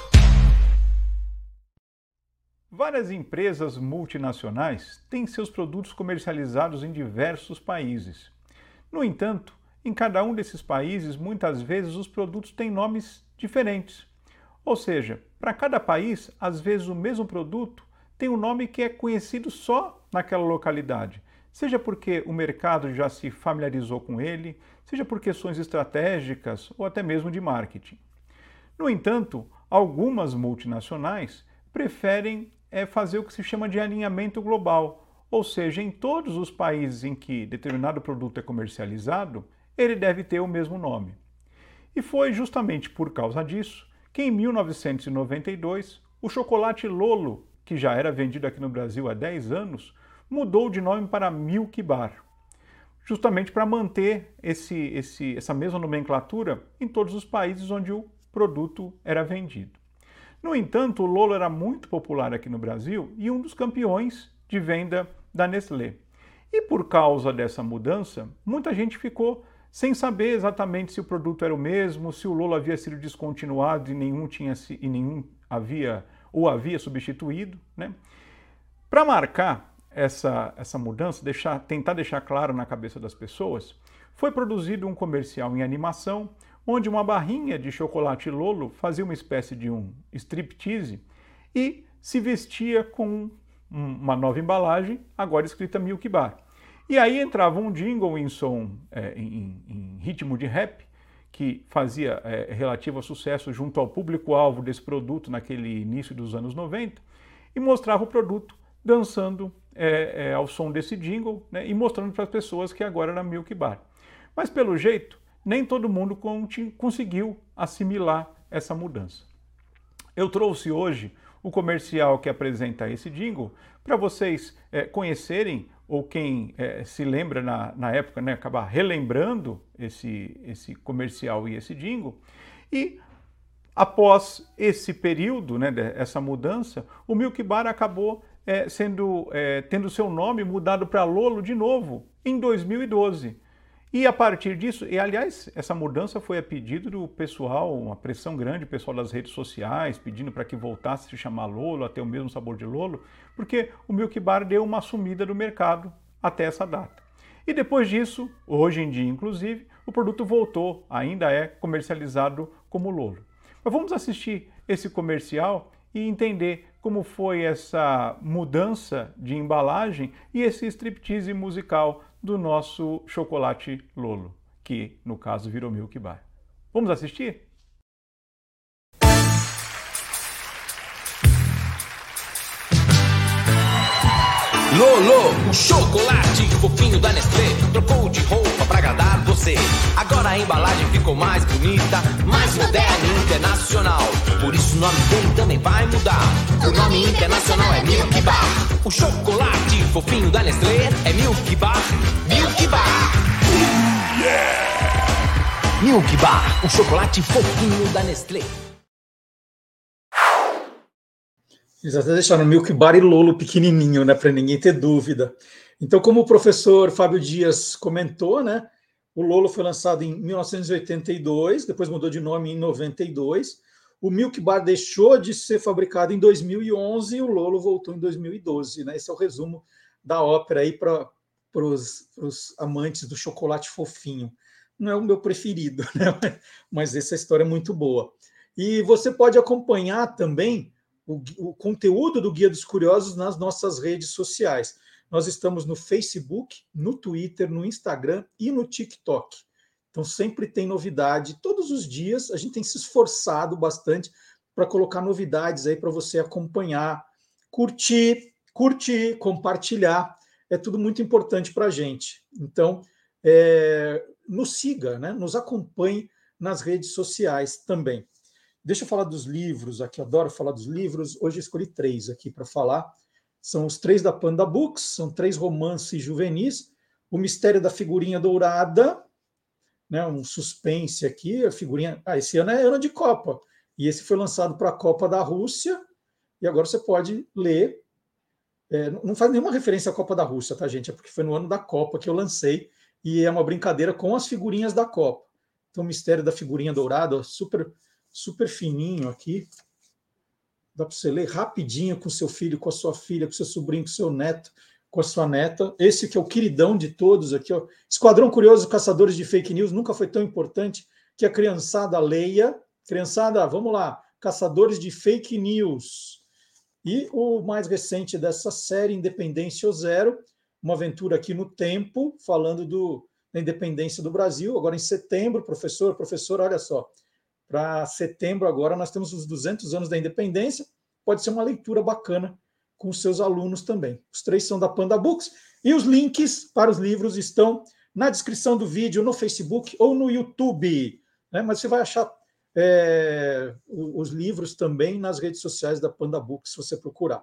Várias empresas multinacionais têm seus produtos comercializados em diversos países. No entanto, em cada um desses países, muitas vezes os produtos têm nomes diferentes. Ou seja, para cada país, às vezes o mesmo produto tem um nome que é conhecido só naquela localidade, seja porque o mercado já se familiarizou com ele, seja por questões estratégicas ou até mesmo de marketing. No entanto, algumas multinacionais preferem é, fazer o que se chama de alinhamento global, ou seja, em todos os países em que determinado produto é comercializado, ele deve ter o mesmo nome. E foi justamente por causa disso que em mil novecentos e noventa e dois, o chocolate Lolo, que já era vendido aqui no Brasil há dez anos, mudou de nome para Milk Bar, justamente para manter esse, esse, essa mesma nomenclatura em todos os países onde o produto era vendido. No entanto, o Lolo era muito popular aqui no Brasil e um dos campeões de venda da Nestlé. E por causa dessa mudança, muita gente ficou sem saber exatamente se o produto era o mesmo, se o Lolo havia sido descontinuado e nenhum, tinha, e nenhum havia ou havia substituído, né? Para marcar essa, essa mudança, deixar, tentar deixar claro na cabeça das pessoas, foi produzido um comercial em animação, onde uma barrinha de chocolate Lolo fazia uma espécie de um striptease e se vestia com uma nova embalagem, agora escrita Milk Bar. E aí entrava um jingle em som, é, em, em ritmo de rap, que fazia é, relativo sucesso junto ao público-alvo desse produto naquele início dos anos noventa, e mostrava o produto dançando é, é, ao som desse jingle, né, e mostrando para as pessoas que agora era Milk Bar. Mas pelo jeito, nem todo mundo conseguiu assimilar essa mudança. Eu trouxe hoje o comercial que apresenta esse jingle para vocês é, conhecerem, ou quem é, se lembra na, na época, né, acabar relembrando esse, esse comercial e esse jingle. E após esse período, né, essa mudança, o Milk Bar acabou é, sendo, é, tendo seu nome mudado para Lolo de novo em dois mil e doze. E a partir disso, e aliás, essa mudança foi a pedido do pessoal, uma pressão grande, o pessoal das redes sociais, pedindo para que voltasse a se chamar Lolo, a ter o mesmo sabor de Lolo, porque o Milk Bar deu uma sumida do mercado até essa data. E depois disso, hoje em dia inclusive, o produto voltou, ainda é comercializado como Lolo. Mas vamos assistir esse comercial e entender como foi essa mudança de embalagem e esse striptease musical do nosso chocolate Lolo, que no caso virou Milk Bar. Vamos assistir? Lolo, o chocolate fofinho da Nestlé trocou de roupa pra agradar você. Agora a embalagem ficou mais bonita, mais moderna e internacional. Por isso o nome dele também vai mudar. O nome internacional é Milk Bar. O chocolate fofinho da Nestlé é Milk Bar. Milk Bar. Yeah! Milk Bar, o chocolate fofinho da Nestlé. Eles até deixaram Milk Bar e Lolo pequenininho, né, para ninguém ter dúvida. Então, como o professor Fábio Dias comentou, né, o Lolo foi lançado em mil novecentos e oitenta e dois, depois mudou de nome em noventa e dois. O Milk Bar deixou de ser fabricado em dois mil e onze e o Lolo voltou em dois mil e doze. Né? Esse é o resumo da ópera aí para os amantes do chocolate fofinho. Não é o meu preferido, né? Mas essa história é muito boa. E você pode acompanhar também O, o conteúdo do Guia dos Curiosos nas nossas redes sociais. Nós estamos no Facebook, no Twitter, no Instagram e no TikTok. Então sempre tem novidade. Todos os dias a gente tem se esforçado bastante para colocar novidades aí para você acompanhar, curtir, curtir, compartilhar. É tudo muito importante para a gente. Então, é, nos siga, né? Nos acompanhe nas redes sociais também. Deixa eu falar dos livros aqui, eu adoro falar dos livros. Hoje eu escolhi três aqui para falar. São os três da Panda Books, são três romances juvenis. O Mistério da Figurinha Dourada, né, um suspense aqui, a figurinha... Ah, esse ano é ano de Copa, e esse foi lançado para a Copa da Rússia, e agora você pode ler. É, não faz nenhuma referência à Copa da Rússia, tá, gente? É porque foi no ano da Copa que eu lancei, e é uma brincadeira com as figurinhas da Copa. Então, o Mistério da Figurinha Dourada, ó, super, super fininho aqui. Dá para você ler rapidinho com seu filho, com a sua filha, com seu sobrinho, com seu neto, com a sua neta. Esse que é o queridão de todos aqui, ó. Esquadrão Curioso, Caçadores de Fake News, nunca foi tão importante que a criançada leia. Criançada, vamos lá, Caçadores de Fake News. E o mais recente dessa série, Independência ou Zero, uma aventura aqui no tempo, falando do, da independência do Brasil. Agora em setembro, professor, professor, olha só, para setembro agora nós temos os duzentos anos da independência, pode ser uma leitura bacana com os seus alunos também. Os três são da Panda Books, e os links para os livros estão na descrição do vídeo, no Facebook ou no YouTube, né? Mas você vai achar É, os livros também nas redes sociais da Panda Books, se você procurar.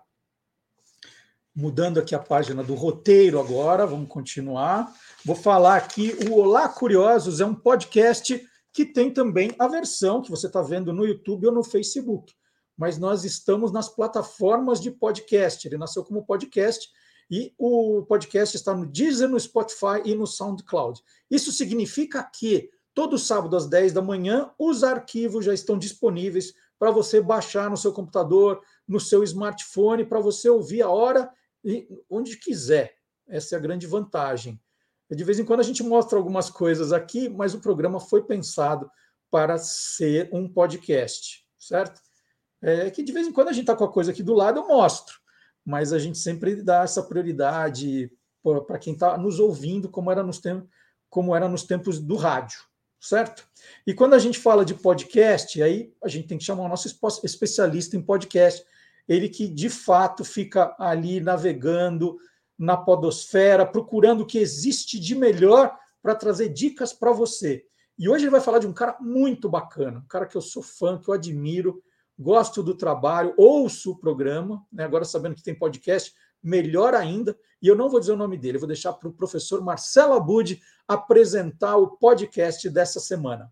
Mudando aqui a página do roteiro agora, vamos continuar. Vou falar aqui, o Olá Curiosos é um podcast que tem também a versão que você está vendo no YouTube ou no Facebook, mas nós estamos nas plataformas de podcast, ele nasceu como podcast, e o podcast está no Deezer, no Spotify e no SoundCloud. Isso significa que todo sábado às dez da manhã, os arquivos já estão disponíveis para você baixar no seu computador, no seu smartphone, para você ouvir a hora e onde quiser. Essa é a grande vantagem. De vez em quando a gente mostra algumas coisas aqui, mas o programa foi pensado para ser um podcast, certo? É que de vez em quando a gente está com a coisa aqui do lado, eu mostro, mas a gente sempre dá essa prioridade para quem está nos ouvindo, como era nos tempos, como era nos tempos do rádio. Certo? E quando a gente fala de podcast, aí a gente tem que chamar o nosso especialista em podcast, ele que de fato fica ali navegando na podosfera, procurando o que existe de melhor para trazer dicas para você. E hoje ele vai falar de um cara muito bacana, um cara que eu sou fã, que eu admiro, gosto do trabalho, ouço o programa, né? Agora sabendo que tem podcast, melhor ainda, e eu não vou dizer o nome dele, eu vou deixar para o professor Marcelo Abud apresentar o podcast dessa semana.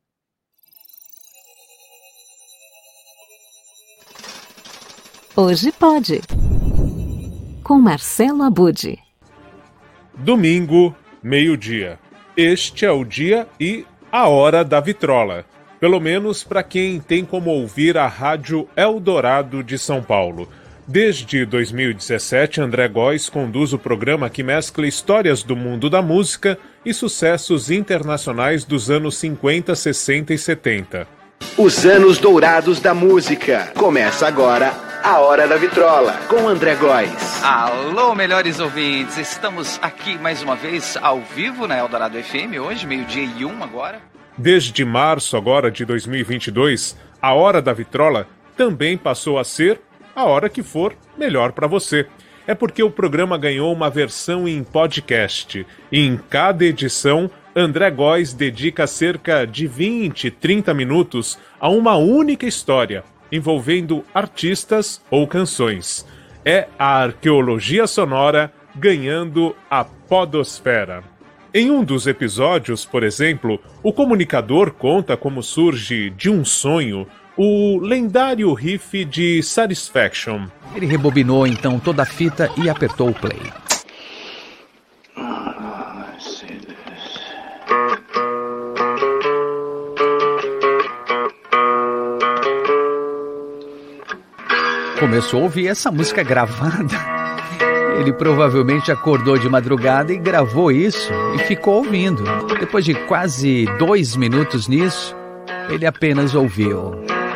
Hoje pode, com Marcelo Abud. Domingo, meio-dia. Este é o dia e a hora da vitrola. Pelo menos para quem tem como ouvir a Rádio Eldorado de São Paulo. Desde dois mil e dezessete, André Góes conduz o programa que mescla histórias do mundo da música e sucessos internacionais dos anos cinquenta, sessenta e setenta. Os anos dourados da música. Começa agora a Hora da Vitrola, com André Góes. Alô, melhores ouvintes. Estamos aqui mais uma vez ao vivo na Eldorado F M, hoje, meio-dia e um agora. Desde março agora de dois mil e vinte e dois, a Hora da Vitrola também passou a ser a hora que for melhor para você. É porque o programa ganhou uma versão em podcast. E em cada edição, André Góes dedica cerca de vinte, trinta minutos a uma única história, envolvendo artistas ou canções. É a arqueologia sonora ganhando a podosfera. Em um dos episódios, por exemplo, o comunicador conta como surge de um sonho o lendário riff de Satisfaction. Ele rebobinou então toda a fita e apertou o play. Começou a ouvir essa música gravada. Ele provavelmente acordou de madrugada e gravou isso e ficou ouvindo. Depois de quase dois minutos nisso, ele apenas ouviu.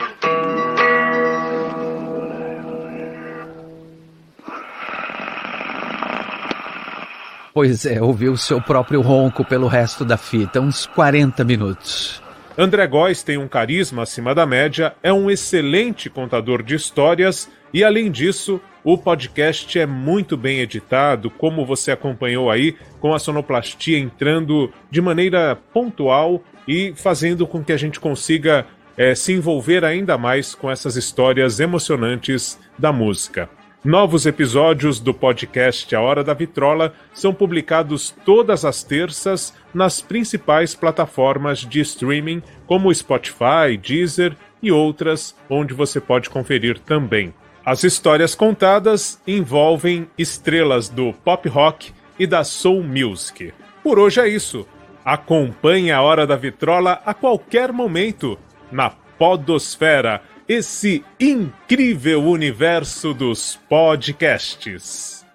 Pois é, ouviu seu próprio ronco pelo resto da fita, uns quarenta minutos. André Góes tem um carisma acima da média, é um excelente contador de histórias e, além disso, o podcast é muito bem editado, como você acompanhou aí, com a sonoplastia entrando de maneira pontual e fazendo com que a gente consiga é se envolver ainda mais com essas histórias emocionantes da música. Novos episódios do podcast A Hora da Vitrola são publicados todas as terças nas principais plataformas de streaming, como Spotify, Deezer e outras, onde você pode conferir também. As histórias contadas envolvem estrelas do pop rock e da soul music. Por hoje é isso. Acompanhe a Hora da Vitrola a qualquer momento na Podosfera, esse incrível universo dos podcasts.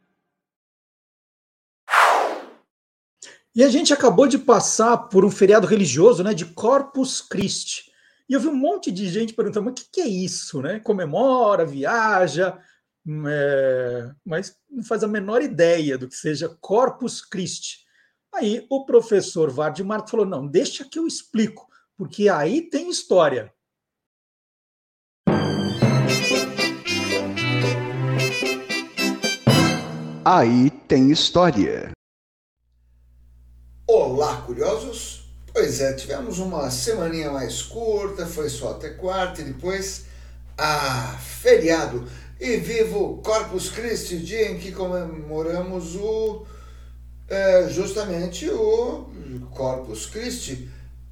E a gente acabou de passar por um feriado religioso, né, de Corpus Christi. E eu vi um monte de gente perguntando, mas o que, que é isso? Né? Comemora, viaja, é... mas não faz a menor ideia do que seja Corpus Christi. Aí o professor Vardy Marto falou, não, deixa que eu explico, porque aí tem história. Aí tem história. Olá, curiosos? Pois é, tivemos uma semaninha mais curta, foi só até quarta e depois, ah, feriado. E vivo Corpus Christi, dia em que comemoramos o, é, justamente o Corpus Christi.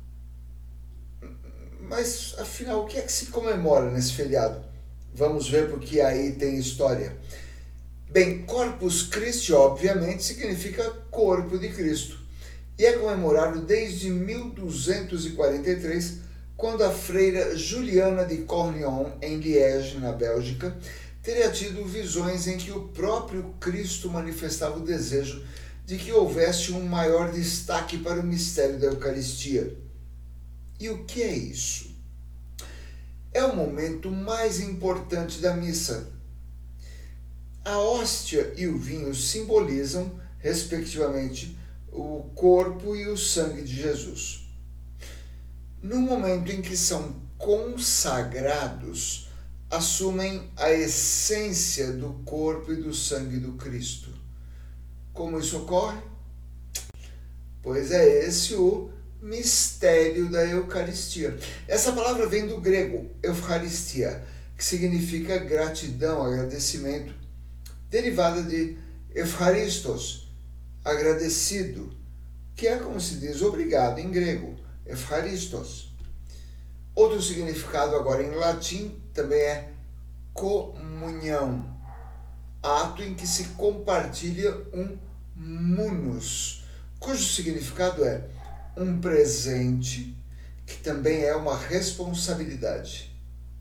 Mas, afinal, o que é que se comemora nesse feriado? Vamos ver, porque aí tem história. Bem, Corpus Christi, obviamente, significa corpo de Cristo. E é comemorado desde mil duzentos e quarenta e três, quando a freira Juliana de Corleone, em Liege, na Bélgica, teria tido visões em que o próprio Cristo manifestava o desejo de que houvesse um maior destaque para o mistério da Eucaristia. E o que é isso? É o momento mais importante da missa. A hóstia e o vinho simbolizam, respectivamente, o corpo e o sangue de Jesus. No momento em que são consagrados, assumem a essência do corpo e do sangue do Cristo. Como isso ocorre? Pois é esse o mistério da Eucaristia. Essa palavra vem do grego Eucharistia, que significa gratidão, agradecimento, derivada de Eucharistos, agradecido, que é como se diz obrigado em grego, Eucharistos. Outro significado agora em latim também é comunhão, ato em que se compartilha um munus, cujo significado é um presente, que também é uma responsabilidade.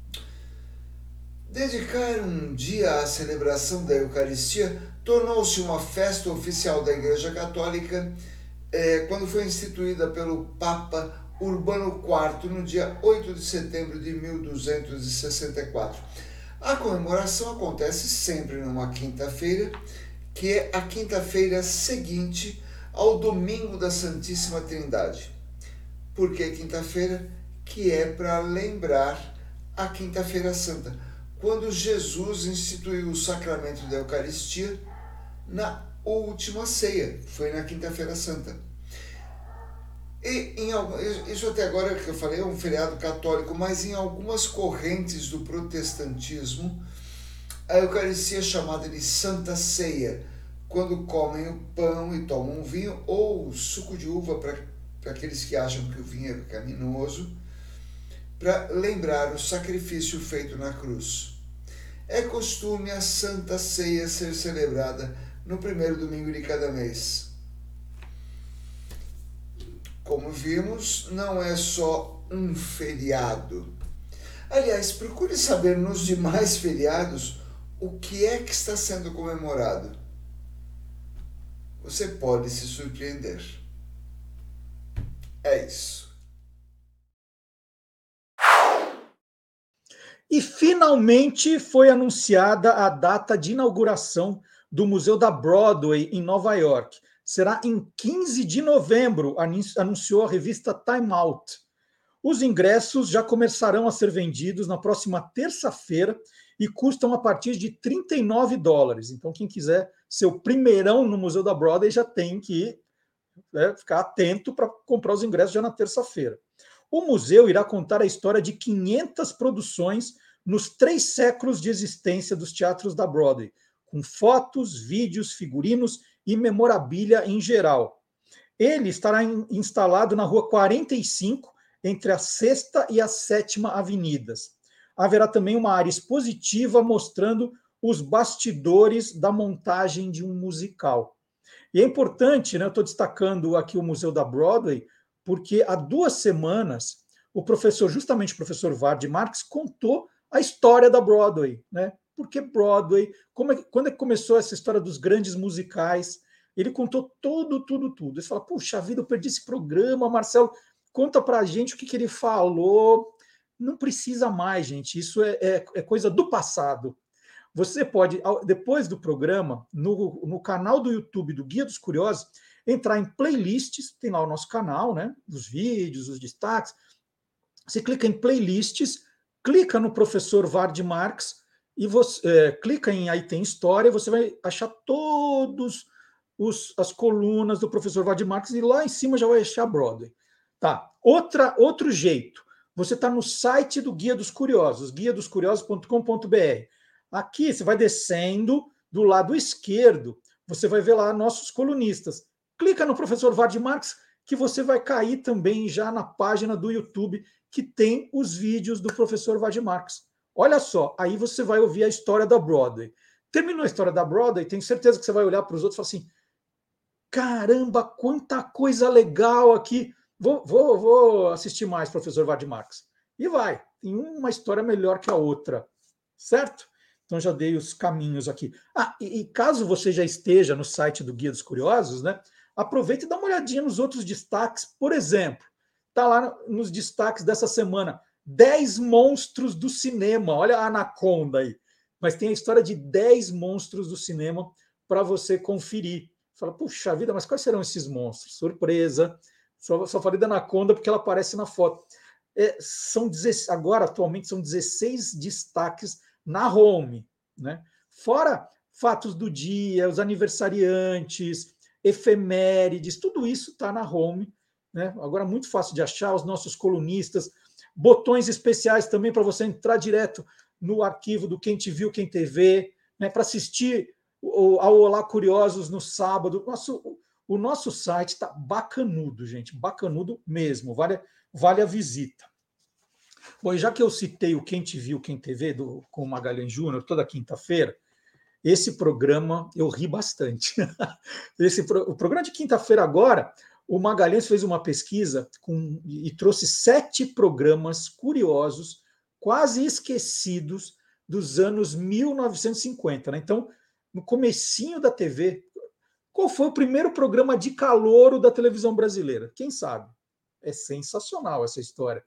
Dedicar um dia à celebração da Eucaristia tornou-se uma festa oficial da Igreja Católica eh, quando foi instituída pelo Papa Urbano quarto no dia oito de setembro de mil duzentos e sessenta e quatro. A comemoração acontece sempre numa quinta-feira, que é a quinta-feira seguinte ao domingo da Santíssima Trindade. Por que quinta-feira? Que é para lembrar a Quinta-feira Santa, quando Jesus instituiu o sacramento da Eucaristia na última ceia, foi na Quinta-feira Santa. E em, isso até agora que eu falei é um feriado católico, mas em algumas correntes do protestantismo, a Eucaristia é chamada de Santa Ceia, quando comem o pão e tomam vinho, ou suco de uva para aqueles que acham que o vinho é pecaminoso, para lembrar o sacrifício feito na cruz. É costume a Santa Ceia ser celebrada no primeiro domingo de cada mês. Como vimos, não é só um feriado. Aliás, procure saber nos demais feriados o que é que está sendo comemorado. Você pode se surpreender. É isso. E finalmente foi anunciada a data de inauguração do Museu da Broadway em Nova York. Será em quinze de novembro, anunciou a revista Time Out. Os ingressos já começarão a ser vendidos na próxima terça-feira e custam a partir de trinta e nove dólares. Então, quem quiser ser o primeirão no Museu da Broadway já tem que né, ficar atento para comprar os ingressos já na terça-feira. O museu irá contar a história de quinhentas produções nos três séculos de existência dos teatros da Broadway, com fotos, vídeos, figurinos e memorabilia em geral. Ele estará in- instalado na Rua quarenta e cinco, entre a Sexta e a Sétima Avenidas. Haverá também uma área expositiva mostrando os bastidores da montagem de um musical. E é importante, né, eu estou destacando aqui o Museu da Broadway, porque há duas semanas o professor, justamente o professor Ward Marx, contou a história da Broadway, né? Porque Broadway, como é, quando é que começou essa história dos grandes musicais, ele contou tudo, tudo, tudo. Ele fala, puxa vida, eu perdi esse programa, Marcelo, conta pra gente o que, que ele falou. Não precisa mais, gente, isso é, é, é coisa do passado. Você pode, depois do programa, no, no canal do YouTube do Guia dos Curiosos, entrar em playlists, tem lá o nosso canal, né? Os vídeos, os destaques. Você clica em playlists, clica no professor Ward Marx, e você é, clica em aí tem história, você vai achar todos os, as colunas do professor Ward Marx, e lá em cima já vai achar Broadway. Tá. Outra, outro jeito, você está no site do Guia dos Curiosos, guia dos curiosos ponto com ponto b r. Aqui você vai descendo, do lado esquerdo, você vai ver lá nossos colunistas. Clica no professor Ward Marx, que você vai cair também já na página do YouTube, que tem os vídeos do professor Ward Marx. Olha só, aí você vai ouvir a história da Broadway. Terminou a história da Broadway, tenho certeza que você vai olhar para os outros e falar assim, caramba, quanta coisa legal aqui. Vou, vou, vou assistir mais, professor Ward Marx. E vai, tem uma história melhor que a outra, certo? Então já dei os caminhos aqui. Ah, e, e caso você já esteja no site do Guia dos Curiosos, né, aproveite e dá uma olhadinha nos outros destaques. Por exemplo, está lá nos destaques dessa semana, dez monstros do cinema. Olha a Anaconda aí. Mas tem a história de dez monstros do cinema para você conferir. Fala, puxa vida, mas quais serão esses monstros? Surpresa. Só, só falei da Anaconda porque ela aparece na foto. É, são dezesseis, agora, atualmente, são dezesseis destaques na home, né? Fora fatos do dia, os aniversariantes, efemérides, tudo isso está na home, né? Agora muito fácil de achar, os nossos colunistas, botões especiais também para você entrar direto no arquivo do Quem Te Viu, Quem Te Vê, né? Para assistir ao Olá Curiosos no sábado. Nosso, o nosso site está bacanudo, gente, bacanudo mesmo, vale, vale a visita. Bom, e já que eu citei o Quem Te Viu, Quem Te Vê, do, com o Magalhães Júnior, toda quinta-feira, esse programa eu ri bastante. Esse, o programa de quinta-feira agora, o Magalhães fez uma pesquisa com, e trouxe sete programas curiosos, quase esquecidos, dos anos mil novecentos e cinquenta. Né? Então, no comecinho da T V, qual foi o primeiro programa de calouro da televisão brasileira? Quem sabe? É sensacional essa história.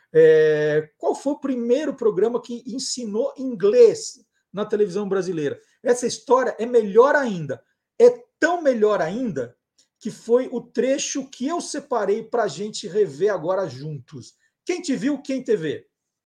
É, qual foi o primeiro programa que ensinou inglês na televisão brasileira? Essa história é melhor ainda. É tão melhor ainda que foi o trecho que eu separei para a gente rever agora juntos. Quem Te Viu, Quem Te Vê?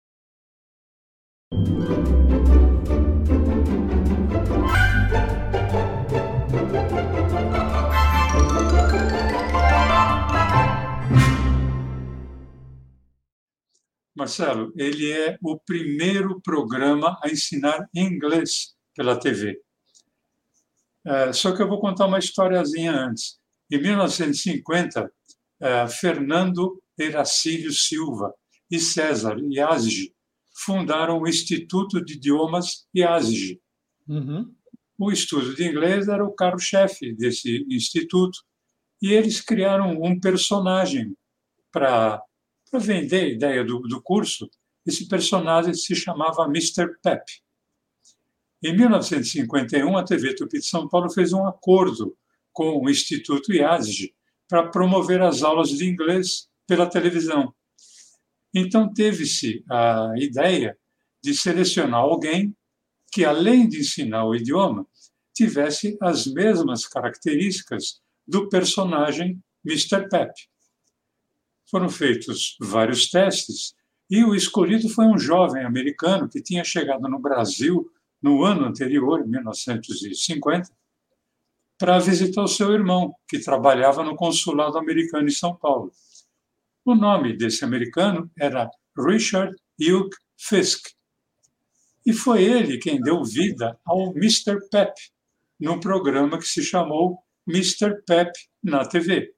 Marcelo, ele é o primeiro programa a ensinar inglês pela T V. É, só que eu vou contar uma historiazinha antes. Em mil novecentos e cinquenta, é, Fernando Heracílio Silva e César Yazgi fundaram o Instituto de Idiomas Yazgi. Uhum. O estudo de inglês era o carro-chefe desse instituto e eles criaram um personagem para Para vender a ideia do, do curso. Esse personagem se chamava mister Pep. Em mil novecentos e cinquenta e um, a T V Tupi de São Paulo fez um acordo com o Instituto Yazgi para promover as aulas de inglês pela televisão. Então, teve-se a ideia de selecionar alguém que, além de ensinar o idioma, tivesse as mesmas características do personagem mister Pep. Foram feitos vários testes e o escolhido foi um jovem americano que tinha chegado no Brasil no ano anterior, em mil novecentos e cinquenta, para visitar o seu irmão, que trabalhava no consulado americano em São Paulo. O nome desse americano era Richard Hugh Fisk. E foi ele quem deu vida ao mister Pep, num programa que se chamou mister Pep na T V.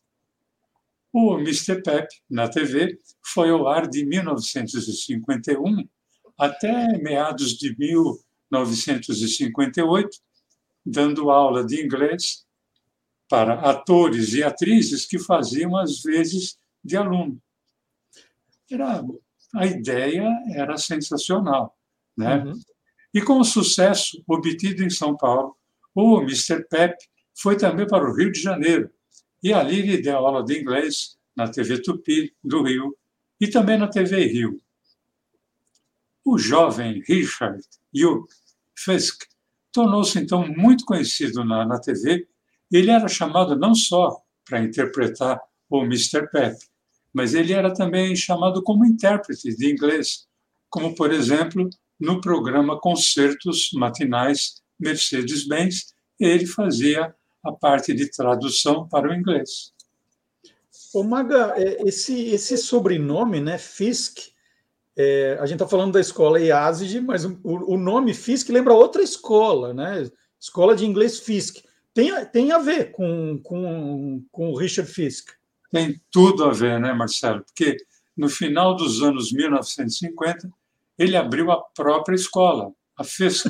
O mister Pep na T V foi ao ar de mil novecentos e cinquenta e um até meados de mil novecentos e cinquenta e oito, dando aula de inglês para atores e atrizes que faziam, às vezes, de aluno. Era, a ideia era sensacional, né? Uhum. E com o sucesso obtido em São Paulo, o mister Pep foi também para o Rio de Janeiro, e ali ele deu aula de inglês na T V Tupi do Rio e também na T V Rio. O jovem Richard Hugh Fisk tornou-se, então, muito conhecido na, na T V. Ele era chamado não só para interpretar o mister Pep, mas ele era também chamado como intérprete de inglês, como, por exemplo, no programa Concertos Matinais Mercedes-Benz, ele fazia a parte de tradução para o inglês. Ô Maga, esse, esse sobrenome, né, Fisk, é, a gente está falando da escola IASIG, mas o, o nome Fisk lembra outra escola, né? Escola de Inglês Fisk. Tem, tem a ver com, com, com o Richard Fisk. Tem tudo a ver, né, Marcelo? Porque no final dos anos mil novecentos e cinquenta, ele abriu a própria escola, a Fisk.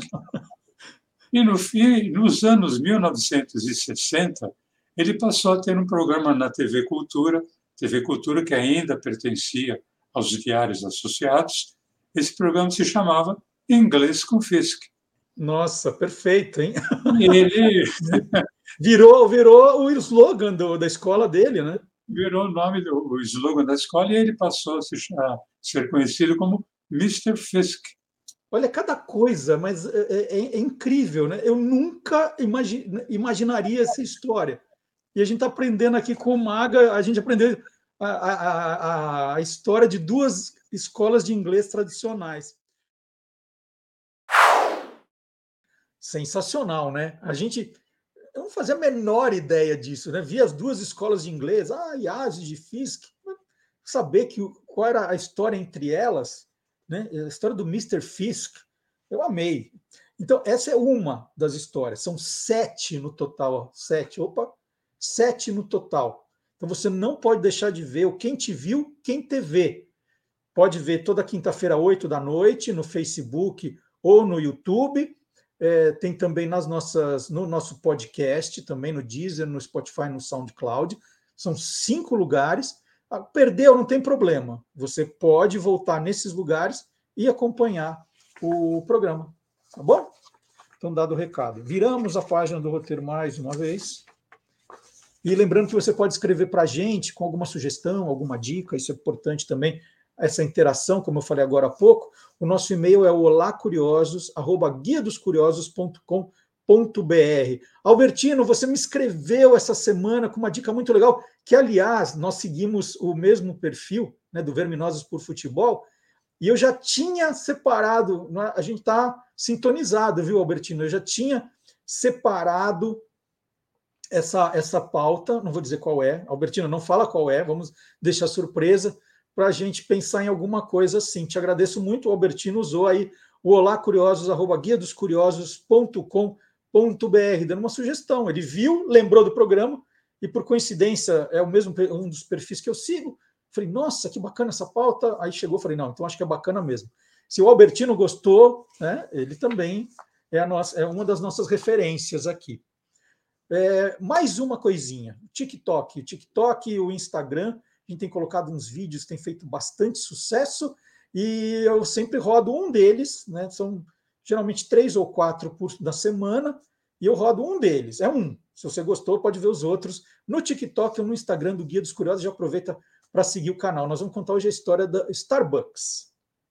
E no fim, nos anos mil novecentos e sessenta, ele passou a ter um programa na T V Cultura, T V Cultura que ainda pertencia aos diários associados. Esse programa se chamava Inglês com Fisk. Nossa, perfeito, hein? E ele virou, virou o slogan do, da escola dele, né? Virou o nome do o slogan da escola e ele passou a, se, a ser conhecido como mister Fisk. Olha, cada coisa, mas é, é, é incrível, né? Eu nunca imagi, imaginaria essa história. E a gente está aprendendo aqui com o Maga, a gente aprendeu a, a, a, a história de duas escolas de inglês tradicionais. Sensacional, né? A gente eu não fazia a menor ideia disso, né? Via as duas escolas de inglês, ah, IASIG e Fisk, saber que, qual era a história entre elas, né? A história do mister Fisk, eu amei. Então, essa é uma das histórias, são sete no total, ó. sete, opa, sete no total. Então, você não pode deixar de ver o Quem Te Viu, Quem Te Vê. Pode ver toda quinta-feira, oito da noite, no Facebook ou no YouTube. É, tem também nas nossas, no nosso podcast, também no Deezer, no Spotify, no SoundCloud. São cinco lugares. Ah, perdeu, não tem problema. Você pode voltar nesses lugares e acompanhar o programa. Tá bom? Então, dado o recado. Viramos a página do roteiro mais uma vez. E lembrando que você pode escrever para a gente com alguma sugestão, alguma dica. Isso é importante também, essa interação, como eu falei agora há pouco. O nosso e-mail é o olacuriosos arroba guia dos curiosos ponto com ponto br. Albertino, você me escreveu essa semana com uma dica muito legal, que, aliás, nós seguimos o mesmo perfil, né, do Verminosos por Futebol, e eu já tinha separado, a gente está sintonizado, viu, Albertino? Eu já tinha separado essa, essa pauta, não vou dizer qual é, Albertino, não fala qual é, vamos deixar surpresa, para a gente pensar em alguma coisa assim. Te agradeço muito, o Albertino usou aí o olacuriosos arroba guia dos curiosos ponto com ponto br, dando uma sugestão. Ele viu, lembrou do programa, e por coincidência é o mesmo um dos perfis que eu sigo. Falei, nossa, que bacana essa pauta. Aí chegou, falei, não, então acho que é bacana mesmo. Se o Albertino gostou, né, ele também é, a nossa, é uma das nossas referências aqui. É, mais uma coisinha, o TikTok, o TikTok e o Instagram, a gente tem colocado uns vídeos que tem feito bastante sucesso e eu sempre rodo um deles, né? São geralmente três ou quatro por da semana e eu rodo um deles, é um. Se você gostou, pode ver os outros no TikTok ou no Instagram do Guia dos Curiosos. Já aproveita para seguir o canal. Nós vamos contar hoje a história da Starbucks.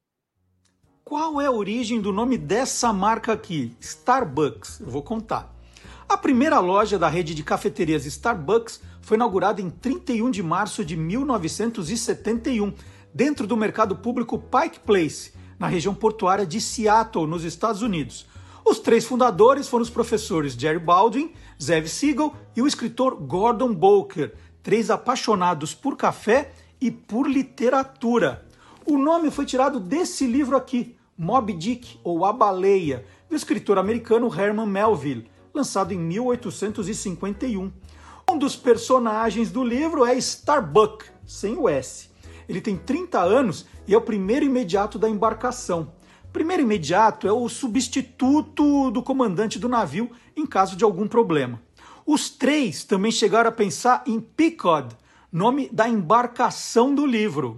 Qual é a origem do nome dessa marca aqui? Starbucks. Eu vou contar. A primeira loja da rede de cafeterias Starbucks foi inaugurada em trinta e um de março de mil novecentos e setenta e um, dentro do mercado público Pike Place, na região portuária de Seattle, nos Estados Unidos. Os três fundadores foram os professores Jerry Baldwin, Zev Siegel e o escritor Gordon Boker, três apaixonados por café e por literatura. O nome foi tirado desse livro aqui, Moby Dick, ou A Baleia, do escritor americano Herman Melville, lançado em mil oitocentos e cinquenta e um. Um dos personagens do livro é Starbuck, sem o S. Ele tem trinta anos e é o primeiro imediato da embarcação. Primeiro imediato é o substituto do comandante do navio em caso de algum problema. Os três também chegaram a pensar em Pequod, nome da embarcação do livro.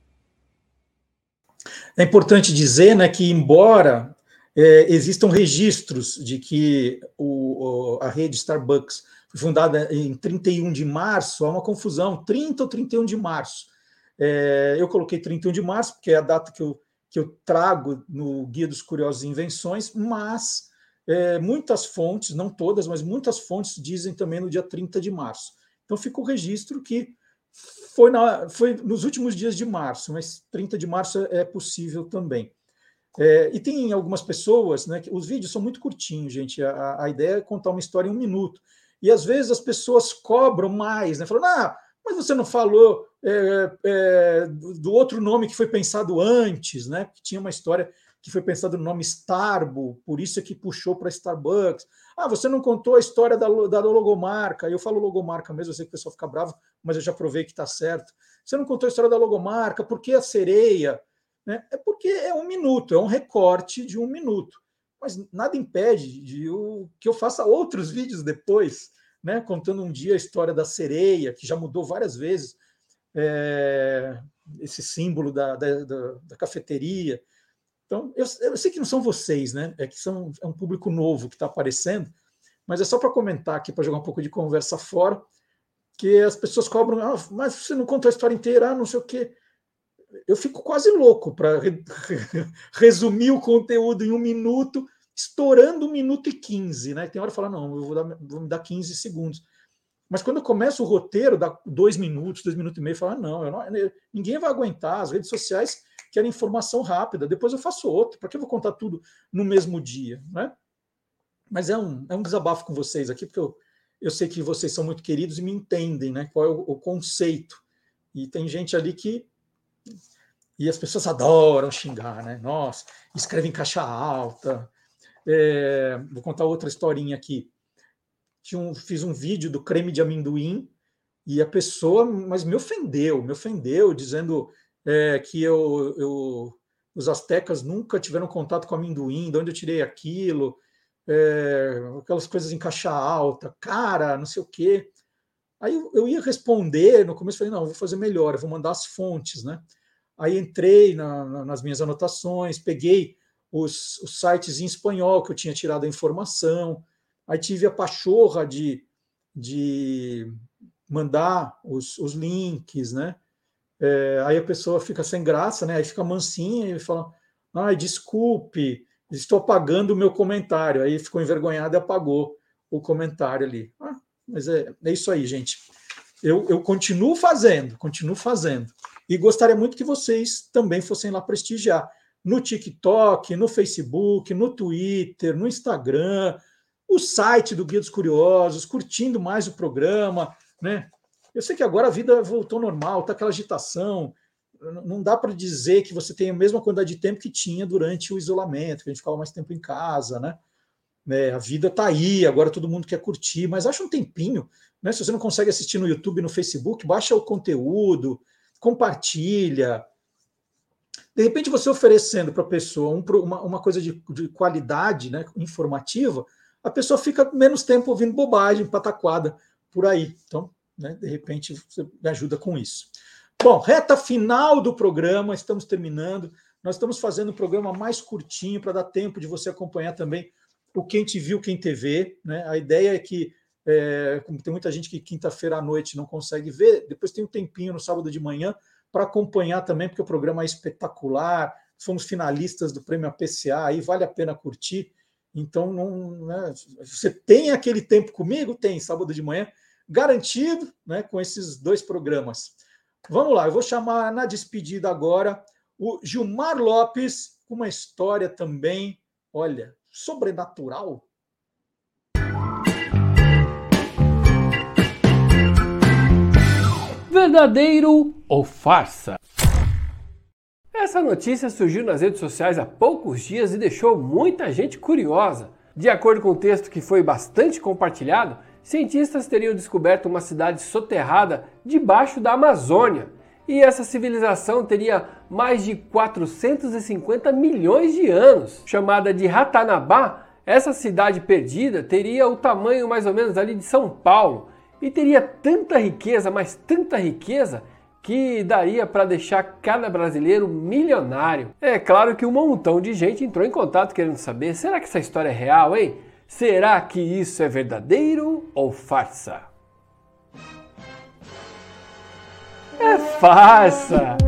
É importante dizer, né, que embora é, existam registros de que o, a rede Starbucks foi fundada em trinta e um de março, há uma confusão, trinta ou trinta e um de março. É, eu coloquei trinta e um de março, porque é a data que eu, que eu trago no Guia dos Curiosos e Invenções, mas é, muitas fontes, não todas, mas muitas fontes dizem também no dia trinta de março. Então fica o registro que foi, na, foi nos últimos dias de março, mas trinta de março é possível também. É, e tem algumas pessoas, né, que os vídeos são muito curtinhos, gente, a, a ideia é contar uma história em um minuto. E às vezes as pessoas cobram mais, né, falando, ah, mas você não falou é, é, do, do outro nome que foi pensado antes, né, que tinha uma história que foi pensada no nome Starbo, por isso é que puxou para Starbucks. Ah, você não contou a história da, da logomarca. Eu falo logomarca mesmo, eu sei que o pessoal fica bravo, mas eu já provei que está certo. Você não contou a história da logomarca, por que a sereia? Né? É porque é um minuto, é um recorte de um minuto. Mas nada impede de eu, que eu faça outros vídeos depois, né, contando um dia a história da sereia, que já mudou várias vezes, é, esse símbolo da, da, da, da cafeteria. Então, eu, eu sei que não são vocês, né? É que são, é um público novo que está aparecendo, mas é só para comentar aqui, para jogar um pouco de conversa fora, que as pessoas cobram, ah, mas você não contou a história inteira, ah, não sei o quê. Eu fico quase louco para re, resumir o conteúdo em um minuto, estourando um minuto e quinze, né? Tem hora que fala, não, eu vou, dar, vou me dar quinze segundos. Mas quando eu começo o roteiro, dá dois minutos, dois minutos e meio, eu falo, ah, não, eu não, ninguém vai aguentar, as redes sociais querem informação rápida, depois eu faço outro, para que eu vou contar tudo no mesmo dia, né? Mas é um, é um desabafo com vocês aqui, porque eu, eu sei que vocês são muito queridos e me entendem, né? Qual é o, o conceito. E tem gente ali que... E as pessoas adoram xingar, né? Nossa, escreve em caixa alta. É, vou contar outra historinha aqui. Tinha um, fiz um vídeo do creme de amendoim e a pessoa, mas me ofendeu, me ofendeu, dizendo é, que eu, eu, os astecas nunca tiveram contato com amendoim, de onde eu tirei aquilo, é, aquelas coisas em caixa alta, cara, não sei o quê. Aí eu, eu ia responder, no começo falei, não, eu vou fazer melhor, eu vou mandar as fontes, né? Aí entrei na, na, nas minhas anotações, peguei os, os sites em espanhol que eu tinha tirado a informação, aí tive a pachorra de, de mandar os, os links, né? É, aí a pessoa fica sem graça, né? Aí fica mansinha e fala, ai, desculpe, estou apagando o meu comentário. Aí ficou envergonhado e apagou o comentário ali. Ah, mas é, é isso aí, gente. Eu, eu continuo fazendo, continuo fazendo. E gostaria muito que vocês também fossem lá prestigiar. No TikTok, no Facebook, no Twitter, no Instagram, o site do Guia dos Curiosos, curtindo mais o programa, né? Eu sei que agora a vida voltou normal, está aquela agitação, não dá para dizer que você tem a mesma quantidade de tempo que tinha durante o isolamento, que a gente ficava mais tempo em casa, né? É, a vida está aí, agora todo mundo quer curtir, mas acha um tempinho, né? Se você não consegue assistir no YouTube, no Facebook, baixa o conteúdo, compartilha. De repente você oferecendo para a pessoa um, uma, uma coisa de, de qualidade, né, informativa, a pessoa fica menos tempo ouvindo bobagem, pataquada por aí. Então, né, de repente você me ajuda com isso. Bom, reta final do programa, estamos terminando. Nós estamos fazendo um programa mais curtinho para dar tempo de você acompanhar também o Quem Te Viu, Quem T V. Né? A ideia é que, é, como tem muita gente que quinta-feira à noite não consegue ver, depois tem um tempinho no sábado de manhã para acompanhar também, porque o programa é espetacular. Fomos finalistas do Prêmio A P C A, aí vale a pena curtir. Então, não, né, você tem aquele tempo comigo? Tem, sábado de manhã, garantido, né, com esses dois programas. Vamos lá, eu vou chamar na despedida agora o Gilmar Lopes, com uma história também, olha, sobrenatural. verdadeiro ou farsa? Essa notícia surgiu nas redes sociais há poucos dias e deixou muita gente curiosa. De acordo com o texto que foi bastante compartilhado, cientistas teriam descoberto uma cidade soterrada debaixo da Amazônia. E essa civilização teria mais de quatrocentos e cinquenta milhões de anos. Chamada de Ratanabá, essa cidade perdida teria o tamanho mais ou menos ali de São Paulo. E teria tanta riqueza, mas tanta riqueza, que daria para deixar cada brasileiro milionário. É claro que um montão de gente entrou em contato querendo saber, será que essa história é real, hein? Será que isso é verdadeiro ou farsa? É farsa!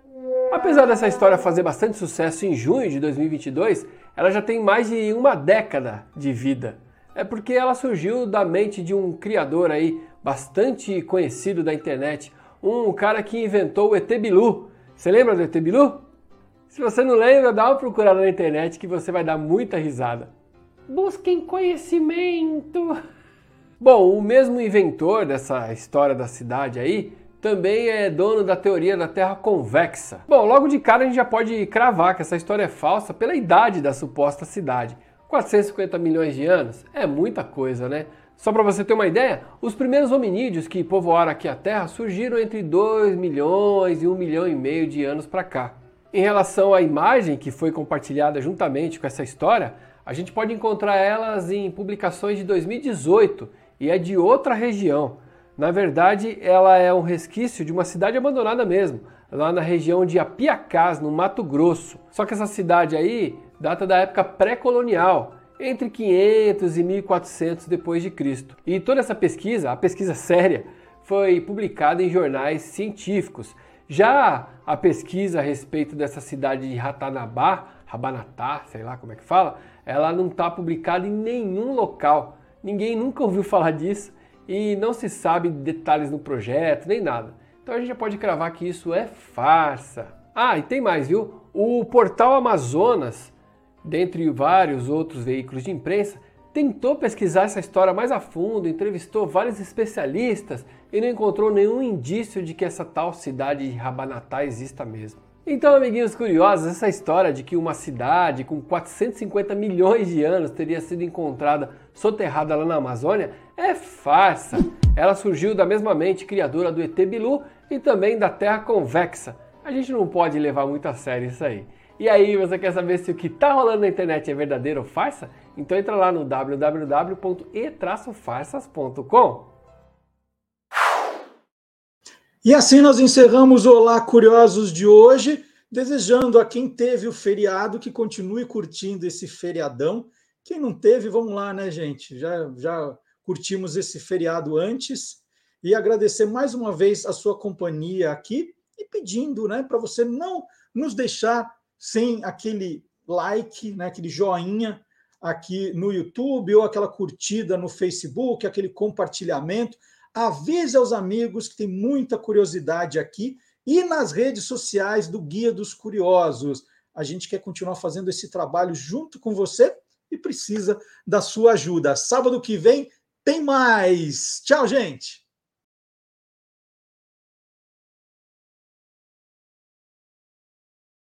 Apesar dessa história fazer bastante sucesso em junho de dois mil e vinte e dois, ela já tem mais de uma década de vida. É porque ela surgiu da mente de um criador aí bastante conhecido da internet, um cara que inventou o E T Bilu. Você lembra do E T Bilu? Se você não lembra, dá uma procurada na internet que você vai dar muita risada. Busquem conhecimento! Bom, o mesmo inventor dessa história da cidade aí também é dono da teoria da Terra convexa. Bom, logo de cara a gente já pode cravar que essa história é falsa pela idade da suposta cidade. quatrocentos e cinquenta milhões de anos é muita coisa, né? Só para você ter uma ideia, os primeiros hominídeos que povoaram aqui a Terra surgiram entre dois milhões e um milhão e meio de anos para cá. Em relação à imagem que foi compartilhada juntamente com essa história, a gente pode encontrar elas em publicações de dois mil e dezoito e é de outra região. Na verdade, ela é um resquício de uma cidade abandonada mesmo, lá na região de Apiacás, no Mato Grosso. Só que essa cidade aí data da época pré-colonial, entre quinhentos e mil e quatrocentos depois de Cristo. E toda essa pesquisa, a pesquisa séria, foi publicada em jornais científicos. Já a pesquisa a respeito dessa cidade de Ratanabá, Rabanatá, sei lá como é que fala, ela não está publicada em nenhum local. Ninguém nunca ouviu falar disso e não se sabe detalhes no projeto, nem nada. Então a gente já pode cravar que isso é farsa. Ah, e tem mais, viu? O portal Amazonas, dentre vários outros veículos de imprensa, tentou pesquisar essa história mais a fundo, entrevistou vários especialistas e não encontrou nenhum indício de que essa tal cidade de Rabanatá exista mesmo. Então, amiguinhos curiosos, essa história de que uma cidade com quatrocentos e cinquenta milhões de anos teria sido encontrada soterrada lá na Amazônia é farsa. Ela surgiu da mesma mente criadora do E T Bilu e também da Terra convexa. A gente não pode levar muito a sério isso aí. E aí, você quer saber se o que está rolando na internet é verdadeiro ou farsa? Então entra lá no w w w ponto e farsas ponto com. E assim nós encerramos o Olá Curiosos de hoje, desejando a quem teve o feriado que continue curtindo esse feriadão. Quem não teve, vamos lá, né, gente? Já, já curtimos esse feriado antes e agradecer mais uma vez a sua companhia aqui e pedindo, né, para você não nos deixar sem aquele like, né, aquele joinha aqui no YouTube ou aquela curtida no Facebook, aquele compartilhamento. Avise aos amigos que tem muita curiosidade aqui e nas redes sociais do Guia dos Curiosos. A gente quer continuar fazendo esse trabalho junto com você e precisa da sua ajuda. Sábado que vem tem mais. Tchau, gente!